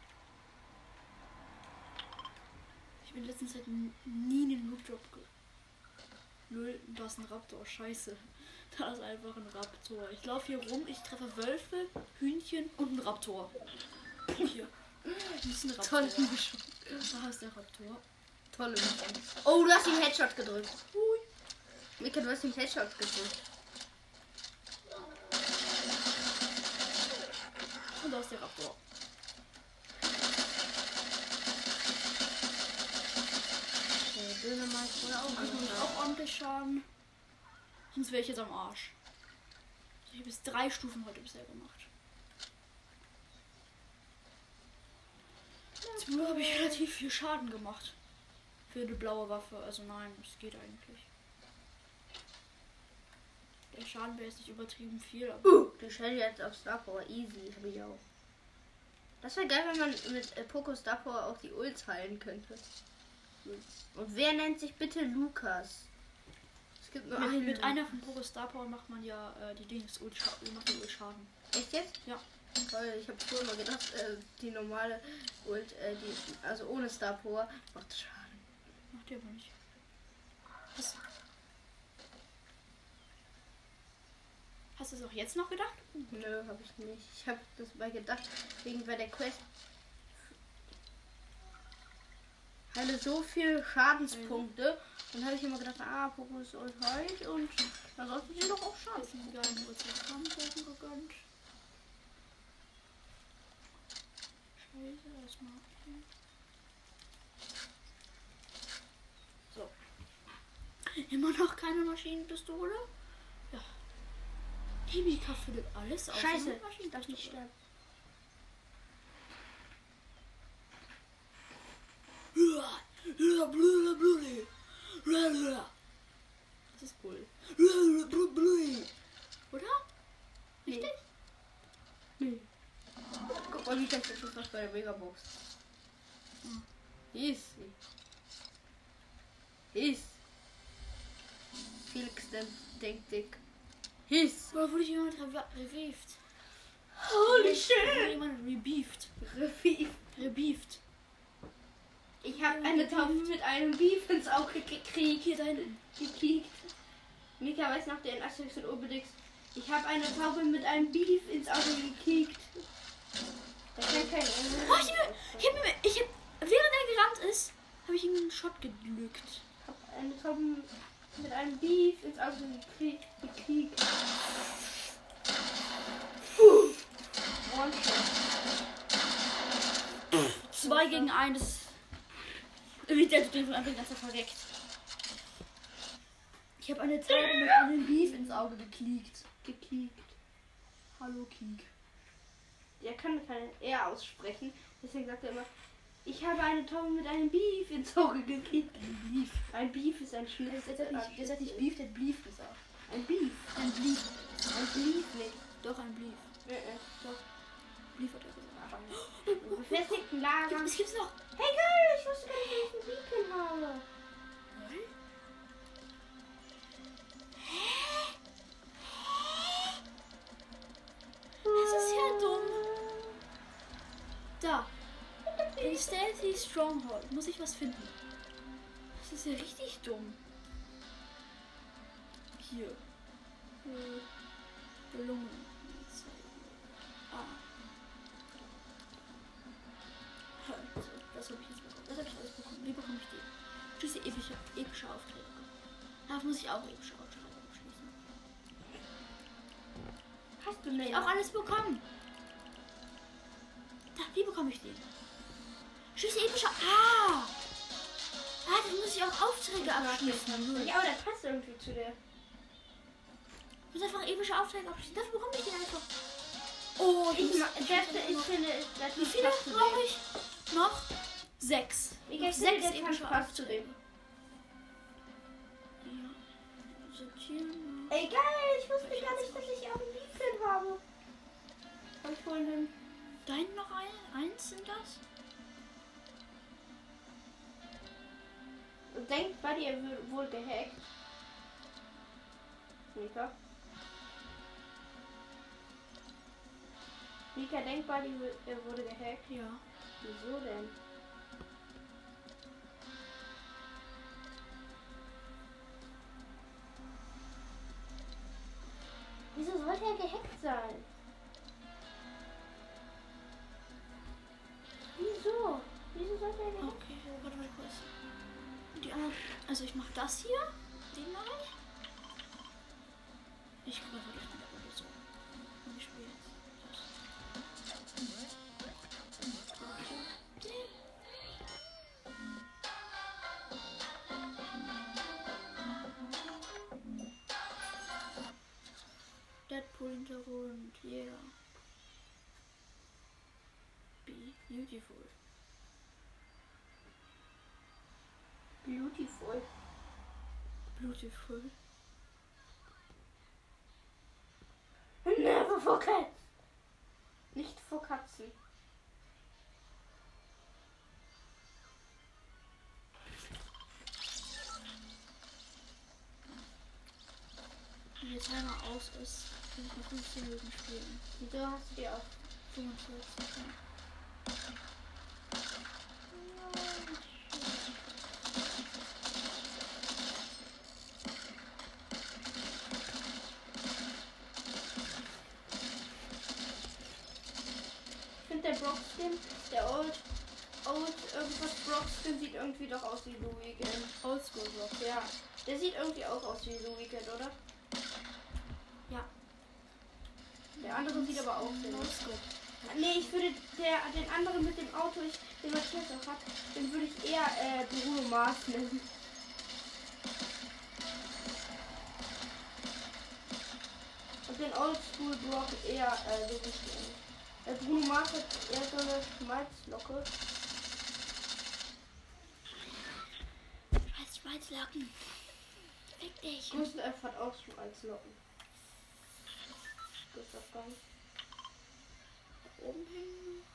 Ich bin in letzter Zeit nie einen Loot-Job Null, da ist ein Raptor, scheiße. Da ist einfach ein Raptor. Ich laufe hier rum, ich treffe Wölfe, Hühnchen und einen Raptor. Hier. Das ist ein Raptor. Tolle Mischung. Da ist der Raptor. Tolle Mischung. Oh, du hast den Headshot gedrückt. Mika, du hast den Headshot gedrückt. Und da ist der Raptor. Der Dönermeister oder auch. Also macht auch ordentlich Schaden. Sonst wäre ich jetzt am Arsch. Ich habe jetzt 3 Stufen heute bisher gemacht. Zum Glück habe ich relativ viel Schaden gemacht. Für eine blaue Waffe. Also nein, es geht eigentlich. Der Schaden wäre jetzt nicht übertrieben viel, aber. Du stellst jetzt auf Star Power. Easy, habe ich auch. Das wäre geil, wenn man mit Poco Star Power auch die Ults heilen könnte. Und wer nennt sich bitte Lukas? Es gibt nur einen. Mit einer von Poco Star Power macht man ja die Dings macht die Ult Schaden. Echt jetzt? Ja. Toll, ich habe früher mal gedacht, die normale Ult, also ohne Star Power, macht Schaden. Macht ihr aber nicht. Hast du es auch jetzt noch gedacht? Nö, habe ich nicht. Ich habe das mal gedacht, wegen bei der Quest. Hatte so viele Schadenspunkte. Und habe ich immer gedacht, Poco ist Ult halt und dann sollte sie doch auch Schaden. Jetzt einen geilen Ultraschallbogen gegönnt. Scheiße, erstmal hier. So. Immer noch keine Maschinenpistole? Ja. Mika findet alles auf. Scheiße, ich darf nicht sterben. Das ist cool. Oder? Richtig? Nee. Guck mal, wie das jetzt was bei der Megabox. Easy. Felix denkt dick. Oder wurde jemand revived? Holy shit! Wurde jemand rebeefed? Ich habe eine Taufe mit einem Beef ins Auge gekriegt. Hier da hinten. Gekriegt. Mika weiß noch den Asterix und Obelix. Ich habe eine Taube mit einem Beef ins Auge gekriegt. Das kann kein Während er gerannt ist, habe ich ihm einen Shot gedlückt. Ich habe eine Taube mit einem Beef ins Auge gekriegt. One-Shot. 2 gegen 1. Wie der den von Anfang an verreckt. Ich habe eine Taube mit einem Beef ins Auge gekriegt. Hallo Kiek. Der kann keine R aussprechen. Deswegen sagt er immer, ich habe eine Taube mit einem Beef ins Auge gekriegt. Ein Beef ist ein Schnitzel. Der sagt nicht Beef, der hat Beef gesagt. Ein Beef. Ein Beef. Ein Beef nicht. Doch, ein Beef. Doch. Beef hat er gesagt. Befestigten Lager. Es gibt's noch. Hey geil, ich wusste gar nicht, dass ich einen Beacon habe. Das ist ja dumm. Da. In Stealthy Stronghold muss ich was finden. Das ist ja richtig dumm. Hier. Belohnung. Das habe ich jetzt bekommen. Das habe ich alles bekommen. Wie bekomme ich die? Schließe epische Aufträge. Da muss ich auch epische Aufträge abschließen. Hast du nicht? Auch alles bekommen. Da, wie bekomme ich die? Schließe epische. Da muss ich auch Aufträge abschließen. Ja, aber das passt irgendwie zu der. Ich muss einfach epische Aufträge abschließen. Dafür bekomme ich die einfach. Oh, Ich finde, das wie viele brauche ich? Noch 6. Ich Noch finde, 6 der epische passt zu Aufträge. dem. Ja. Sortieren. Ey, geil, ich wusste gar nicht, dass ich auch einen Beacon habe. Hab ich vorhin den. Da hinten noch eins sind das? Und denkt, Buddy, er wird wohl gehackt. Mika. Mika denkbar, er wurde gehackt. Ja. Wieso denn? Wieso sollte er gehackt sein? Wieso? Wieso sollte er gehackt Okay, warte mal kurz. Die anderen, also ich mach das hier. Den mache ich. Ich gucke einfach durch meine Runde so. Und ich spiele jetzt das. Deadpool Hintergrund, yeah. Beautiful. Beautiful. Beautiful. Never for cats. Nicht vor Katzen. Wenn der Timer aus ist, kann ich noch 15 Minuten spielen. Wieso hast du dir auch 45. Ja. Ich finde der Brock-Skin, der Old irgendwas Brock-Skin sieht irgendwie doch aus wie The Weeknd. Oldschool Rock. Ja, der sieht irgendwie auch aus wie The Weeknd, oder? Ja. Der andere sieht aber auch so aus. Oldschool. Nee, ich würde den anderen mit dem Auto, den Matthias auch hat, den würde ich eher Bruno Mars nennen. Und den Oldschool Brock eher so wie Bruno Mars hat eher so eine Schmalzlocke. Schmalzlocken. Fick dich. Gustav hat auch Schmalzlocken. Gustav Gang. Oben hin.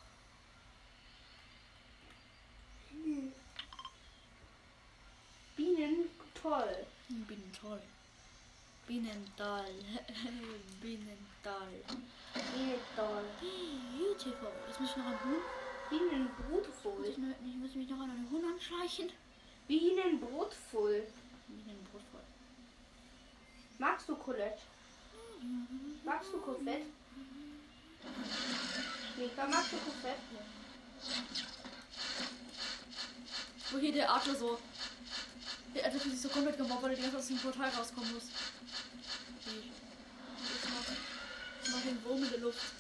Bienen, toll. Bienen toll. Bienental. Bienental. Bienen, toll. Beautiful. Jetzt muss ich noch einen Huhn. Bienen, brutvoll. Ich muss mich noch an einen Huhn anschleichen. Bienen, brutvoll. Bienenbrotvoll. Magst du Colette? Magst du Confett? Mika, magst du Confett? Wo hier der Adler so. Der hat sich so komplett gemobbt, weil er die ganze Zeit aus dem Portal rauskommen muss. Ich mach den Wurm in der Luft.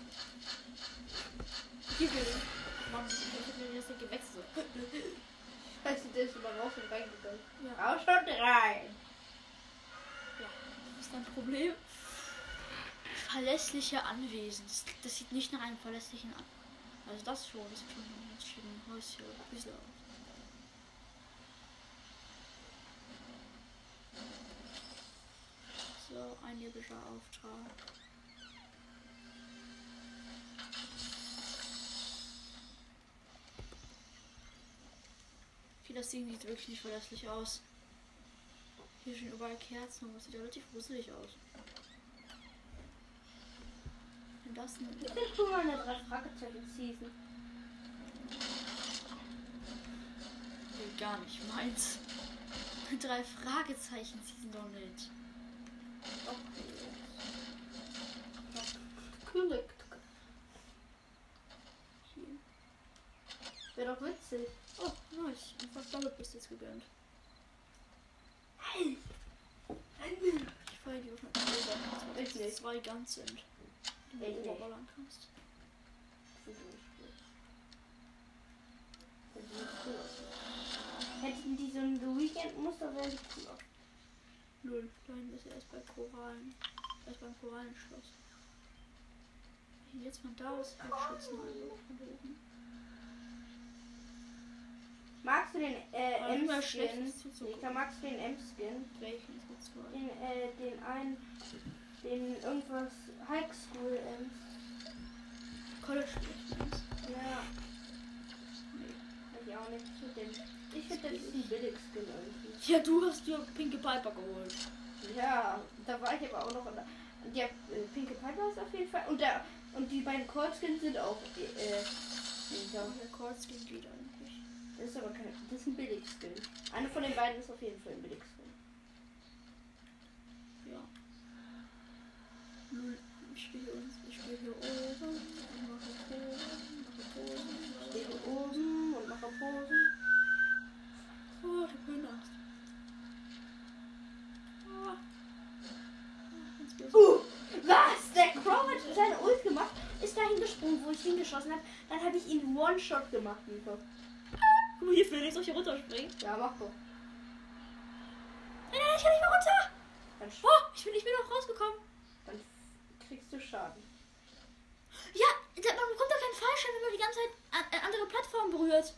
Gib mir den. Mann, ich hab mir das gewechselt. Weißt du, der ist immer raus und reingegangen. Ja. Auch schon rein. Was ist dein Problem? Verlässliche Anwesen. Das sieht nicht nach einem verlässlichen an. Also das schon. Das sieht schon nach einem entschiedenen Häuschen. Ein bisschen aus. So, ein neblischer Auftrag. Okay, das Ding sieht wirklich nicht verlässlich aus. Hier stehen überall Kerzen und das sieht relativ gruselig aus. Und das denn? Ich bin schon mal eine 3-Fragezeichen-Season. Nee, gar nicht meins. 3 Fragezeichen ziehen doch nicht. Okay. Korrekt. Wäre doch witzig. Oh, nice. Einfach damit bist du jetzt gegönnt. Hey! Ich feiere die auf einer Ich nicht. 2 ganz sind. Die du Ich nicht. überballern kannst. Hätten die so ein The Weeknd-Muster, wäre die cooler. Null. Da hinten ist er erst bei Korallen. Erst beim Korallenschloss. Jetzt von da aus schützen also von da oben. Magst du den immer M-Skin? Schlechtes zuzugucken. Mika, magst du den M-Skin? Welchen ist jetzt zwei? Den einen, den irgendwas High School College schlecht. Ja. Weiß ich auch nicht. Ich finde, das ist ein Billig-Skin irgendwie. Ja, du hast dir Pinke Piper geholt. Ja, da war ich aber auch noch in der Pinke Piper ist auf jeden Fall. Und der Und die beiden Cold-Skins sind auch Ja, Ninja. der Cord-Skin geht eigentlich. Das ist aber kein. Das ist ein Billig-Skin. Einer von den beiden ist auf jeden Fall ein Billig-Skin. Ja. Nun, ich stehe hier oben und mache Posen. Ich stehe hier oben und mache Posen. Oh, ich hab Höhenangst. Ah. Ganz böse. Was? Der Crow hat seine Ult gemacht, ist da hingesprungen, wo ich hingeschossen habe. Dann habe ich ihn One-Shot gemacht, Nico. Guck mal, hier Phoenix, soll ich hier runterspringen? Ja, mach doch. Nein, ich kann nicht mehr runter. Dann, Oh, ich bin noch rausgekommen. dann kriegst du Schaden. Ja, man bekommt da keinen Fallschaden, wenn man die ganze Zeit andere Plattformen berührt.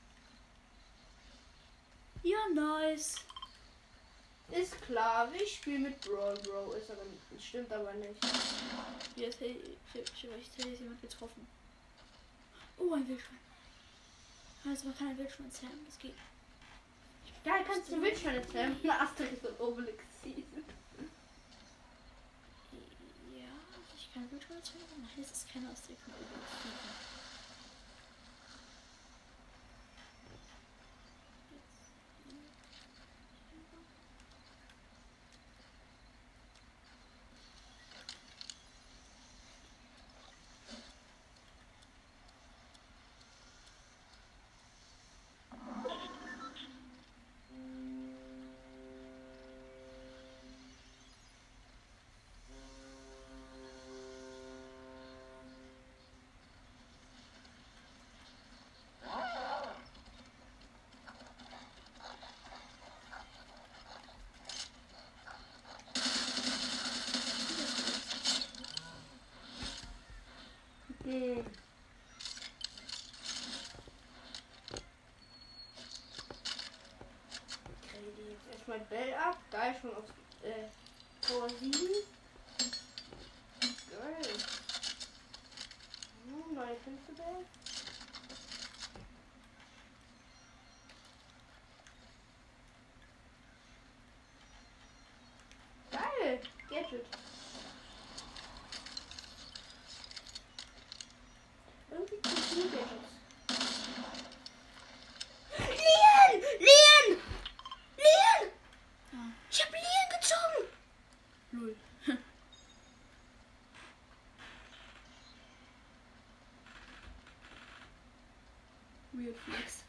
Ja, nice. Ist klar, ich spiele mit Brawl Bro. Ist aber nicht, stimmt aber nicht. Jetzt hätte jemand getroffen. Oh, ein Wildschwein. Also man kann ein Wildschwein zähmen, das geht. Da kannst du Wildschwein erzählen. Eine Asterix und Obelix Season. Ja, ich kann Wildschwein zähmen. Nein, das ist keine Asterix und Obelix. Jetzt erstmal Bell ab. Geil, schon auf Power 7. Geil. Neue Bell. Geil. Gadget. Irgendwie cool Gadgets. Leon! Ich hab Leon gezogen! Lul. Weird Flex.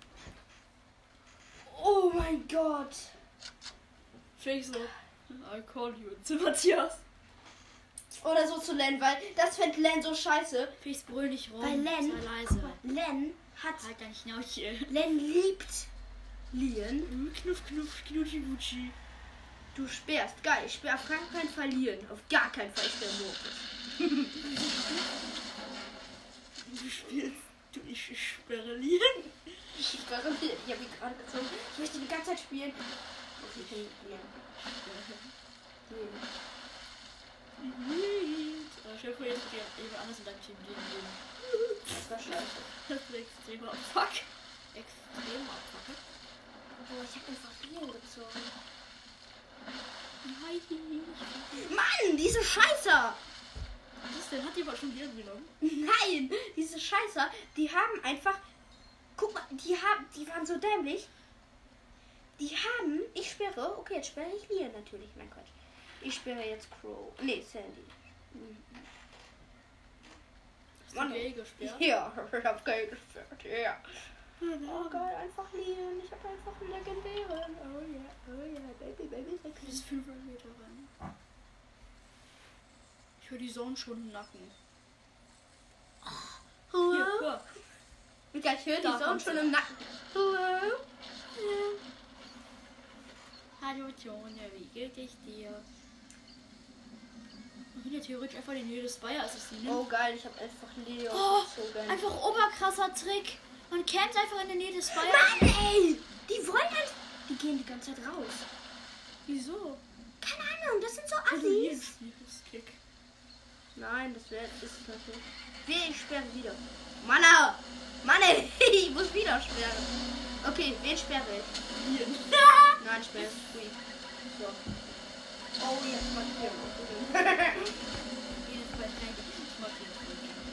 Oh mein Gott! Fake so. I call you zu Matthias. Oder so zu Len, weil das fände Len so scheiße. Fix brüll nicht rum. Weil Len, Sei leise. Len hat. Halt dein Schnauze. Len liebt Leon. Knuff, knuff, knutschi, wutschi. Du sperrst. Geil, ich sperr auf gar keinen Fall Leon. Auf gar keinen Fall, ich sperr Mortis. Du spielst. Ich sperre Lien. Ich sperre Leon. Ich hab ihn gerade gezogen. Ich möchte die ganze Zeit spielen. Okay, ich bin Leon. Stell dir vor, jetzt wird jemand anders in deinem Team gehen. Das war scheiße. Das ist extremer Abfuck. Extremer Abfuck. Aber ich hab einfach Leon gezogen. Nein. Mann, diese Scheißer! Was ist denn? Hat jemand schon Lien genommen? Nein, diese Scheißer, die haben einfach. Guck mal, die waren so dämlich. Ich sperre. Okay, jetzt sperre ich Leon natürlich, mein Gott. Ich sperre jetzt Crow. Nee, Sandy. Hast du Gay gesperrt? Ja, ich hab Gay gesperrt, ja. Oh geil, einfach Leon. Ich hab einfach einen legendären. Oh yeah, baby, Das ist 500 Meter rein. Ich höre die Zone schon im Nacken. Hier, hör. Ich höre Da die Sonne kommt schon sie. im Nacken. Hello? Hallo Jonja, wie geht es dir? Man kann ja theoretisch einfach den jedes Bayer assassinen. Oh geil, ich hab einfach Leon Oh, gezogen. einfach oberkrasser Trick. Man campt einfach in der Nähe des Bayer. Mann, ey! Die wollen halt. Die gehen die ganze Zeit raus. Wieso? Keine Ahnung, das sind so Hier Assis. ist dieses Kick. Nein, das ist es natürlich. Ich sperre wieder. Mann, ey, ich muss wieder sperren. Okay, wen sperre ich? Hier. Nein, ich sperre Squeak. So. Oh, jetzt mal hier. Jedes Mal kein Schmack hier.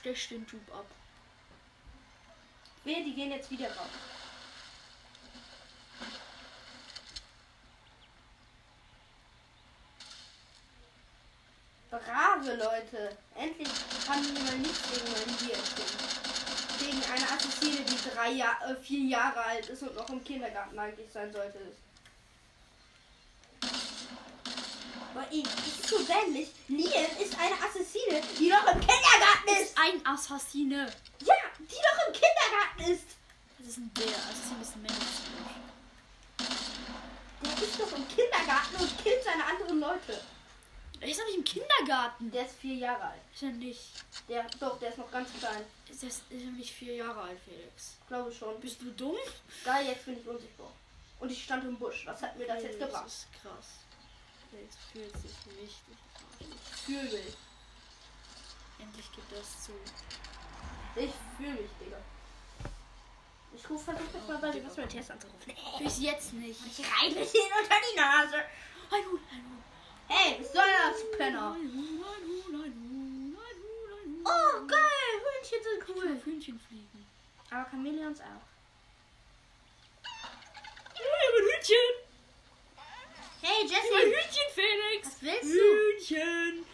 stech den Typ ab. Wehe, die gehen jetzt wieder raus. Brave Leute. Endlich haben wir mal nichts gegen mein Bier entschieden. Gegen eine Assassine, die 4 Jahre alt ist und noch im Kindergarten eigentlich sein sollte. Aber ich ist so dämlich. Lian ist eine Assassine, die noch im Kindergarten ist. Ein Assassine. Ja, die noch im Kindergarten ist. Das ist der Assassin ist ein Mensch. Der ist noch im Kindergarten und killt seine anderen Leute. Er ist doch nicht im Kindergarten. Der ist 4 Jahre alt. Ist er nicht. Der ist noch ganz klein. Ist er nicht 4 Jahre alt, Felix? Glaube schon. Bist du dumm? Da, jetzt bin ich unsichtbar. Und ich stand im Busch. Was hat mir das jetzt gebracht? Das ist krass. Felix fühlt sich richtig arschig. Ich fühle mich. Endlich gibt er es zu. Ich fühle mich, Digga. Ich versuche jetzt mal bei dem Test anzurufen. Bis jetzt nicht. Ich reibe mich ihn unter die Nase. Hallo. Hey, was soll das, Penner? Oh, geil. Hühnchen sind cool. Hühnchen fliegen. Aber Chamäleons auch. Hühnchen. Hey, Mein Jesse. Hühnchen, Felix. Was willst du? Hühnchen.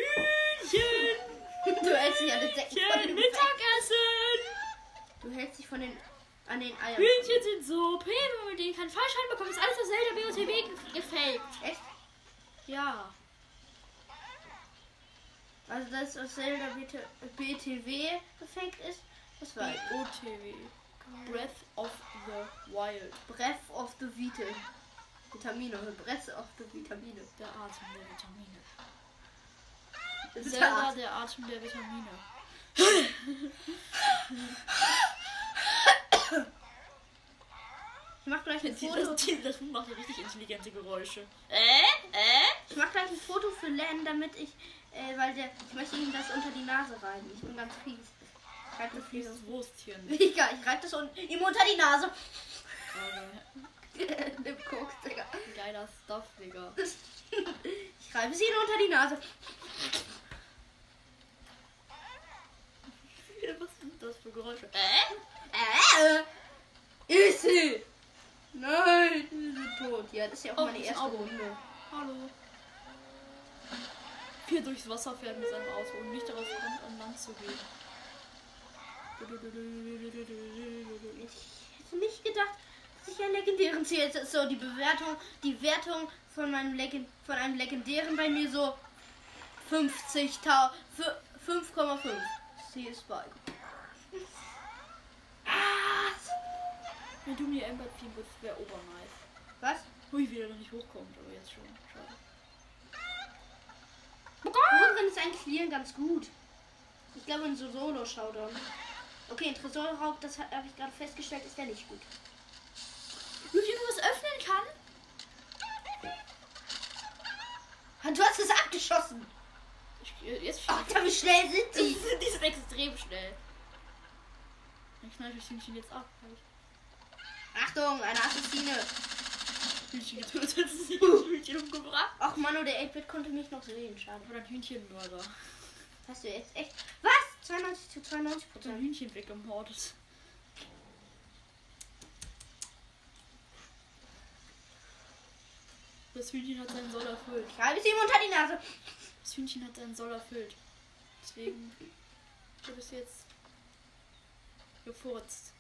Du hältst dich an den Decken von den Mittagessen. Du hältst dich an den Eiern. Hühnchen sind so Premium, mit denen kein Fallschein bekommen. Ist alles, was Zelda BOTW gefällt. Echt? Ja. Also das, was Zelda BTW gefaked ist, das war BOTW. Breath of the Wild. Breath of the Vitamine. Breath of the Vitamine. Der Atem der Vitamine. Das ist Zelda, hart. der Atem der Vitamine. Ich mach gleich ein Foto. Das macht ja richtig intelligente Geräusche. Ich mach gleich ein Foto für Len, damit ich, ich möchte ihm das unter die Nase reiben. Ich bin ganz fies. Ich reib das hier. Dieses Wurstchen. Egal, ich reib das ihm unter die Nase. Okay. Nimm Koks, Digga. Geiler Stuff, Digga. Ich reibe sie ihm unter die Nase. Was sind das für Geräusche? Ist sie? Nein, sie sind tot. Ja, das ist ja auch meine ist erste ein Abo. Runde. Hallo. Wie er durchs Wasser fährt mit seinem Auto und nicht darauf kommt, an Land zu gehen. Ich hätte nicht gedacht, dass ich einen legendären ziehe. Jetzt ist so die Wertung von einem legendären bei mir so 50.000, 5,5. Sie ist bei. Wenn du mir Ember ziehen würdest, wäre obernice. Was? Ui, wie er noch nicht hochkommt, aber jetzt schon. Schade. Worin ist eigentlich Lian ganz gut? Ich glaube in so Solo-Showdown. Okay, ein Tresorraub, das habe ich gerade festgestellt, ist der nicht gut. Wie viel du es öffnen kann? Du hast es abgeschossen. Jetzt Alter, wie schnell sind die? Die sind extrem schnell. Dann knall ich das Hühnchen jetzt ab. Achtung, eine Assassine. Hühnchen getötet, Hühnchen umgebracht. Ach Manu, der 8-Bit konnte mich noch sehen. Schade. Oder ein Hühnchenmörder. Hast du jetzt echt... Was? 92 zu 92%. So ein Hühnchen weggemordet. Das Hühnchen hat seinen Soll erfüllt. Ich reibe es ihm unter die Nase. Das Hühnchen hat seinen Soll erfüllt. Deswegen wird es jetzt gefurzt.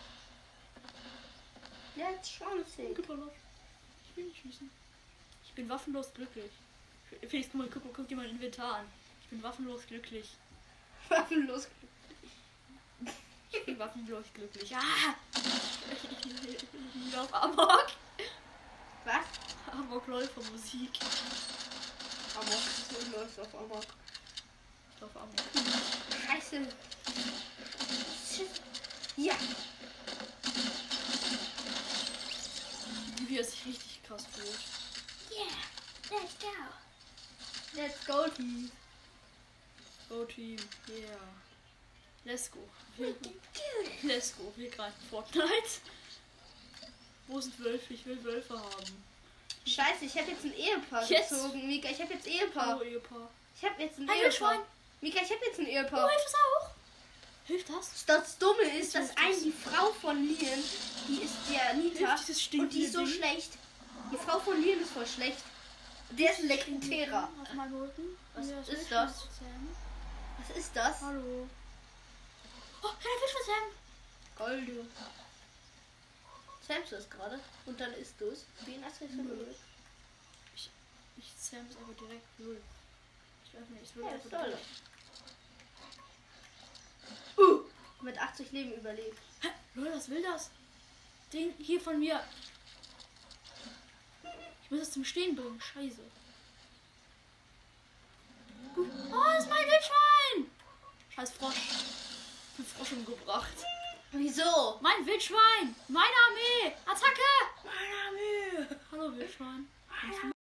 Jetzt schon sick. Geballert. Ich will nicht schießen. Ich bin waffenlos glücklich. Felix, guck dir mein Inventar an. Ich bin waffenlos glücklich. Waffenlos. Ich bin waffenlos glücklich. Ah! Ich lauf Amok. Was? Amok-Läufer-Musik. Amok. Du läufst auf Amok. Ich lauf Amok. Scheiße. Ja. Wie er sich richtig krass fühlt. Yeah. Let's go. Let's go, Team. Go Team. Yeah. Let's go. We can do it. Let's go. Wir greifen Fortnite. Wo sind Wölfe? Ich will Wölfe haben. Scheiße, ich habe jetzt ein Ehepaar Jetzt? gezogen. Mika, ich habe jetzt Ehepaar. Hallo Ehepaar. Ich habe jetzt ein Ein Ehepaar. Wildschwein. Mika, ich habe jetzt ein Du Ehepaar. hilfst auch. Hilft das? Das Dumme ist, dass die Frau von Lian, die ist der Nita Hilft dieses und die ist so stinkende Ding? schlecht. Die Frau von Lian ist voll schlecht. Der ist ein Legendärer. Auf meinem Rücken. Was Ja, ist Wildschwein das? für Sam. Was ist das? Hallo. Oh, kleiner Fisch für Sam. Goldo. Samst du es gerade? Und dann isst du es. Wie in Asterix und Obelix. Ich Sam ist aber direkt null. Ich öffne, ich will Ja, einfach ist toll. durch. Mit 80 Leben überlebt. Hä? Lol, was will das? Den hier von mir. Ich muss es zum Stehen bringen. Scheiße. Oh, das ist mein Wildschwein! Scheiß Frosch. Ich bin Frosch umgebracht. Wieso? Mein Wildschwein! Meine Armee! Attacke! Meine Armee! Hallo Wildschwein.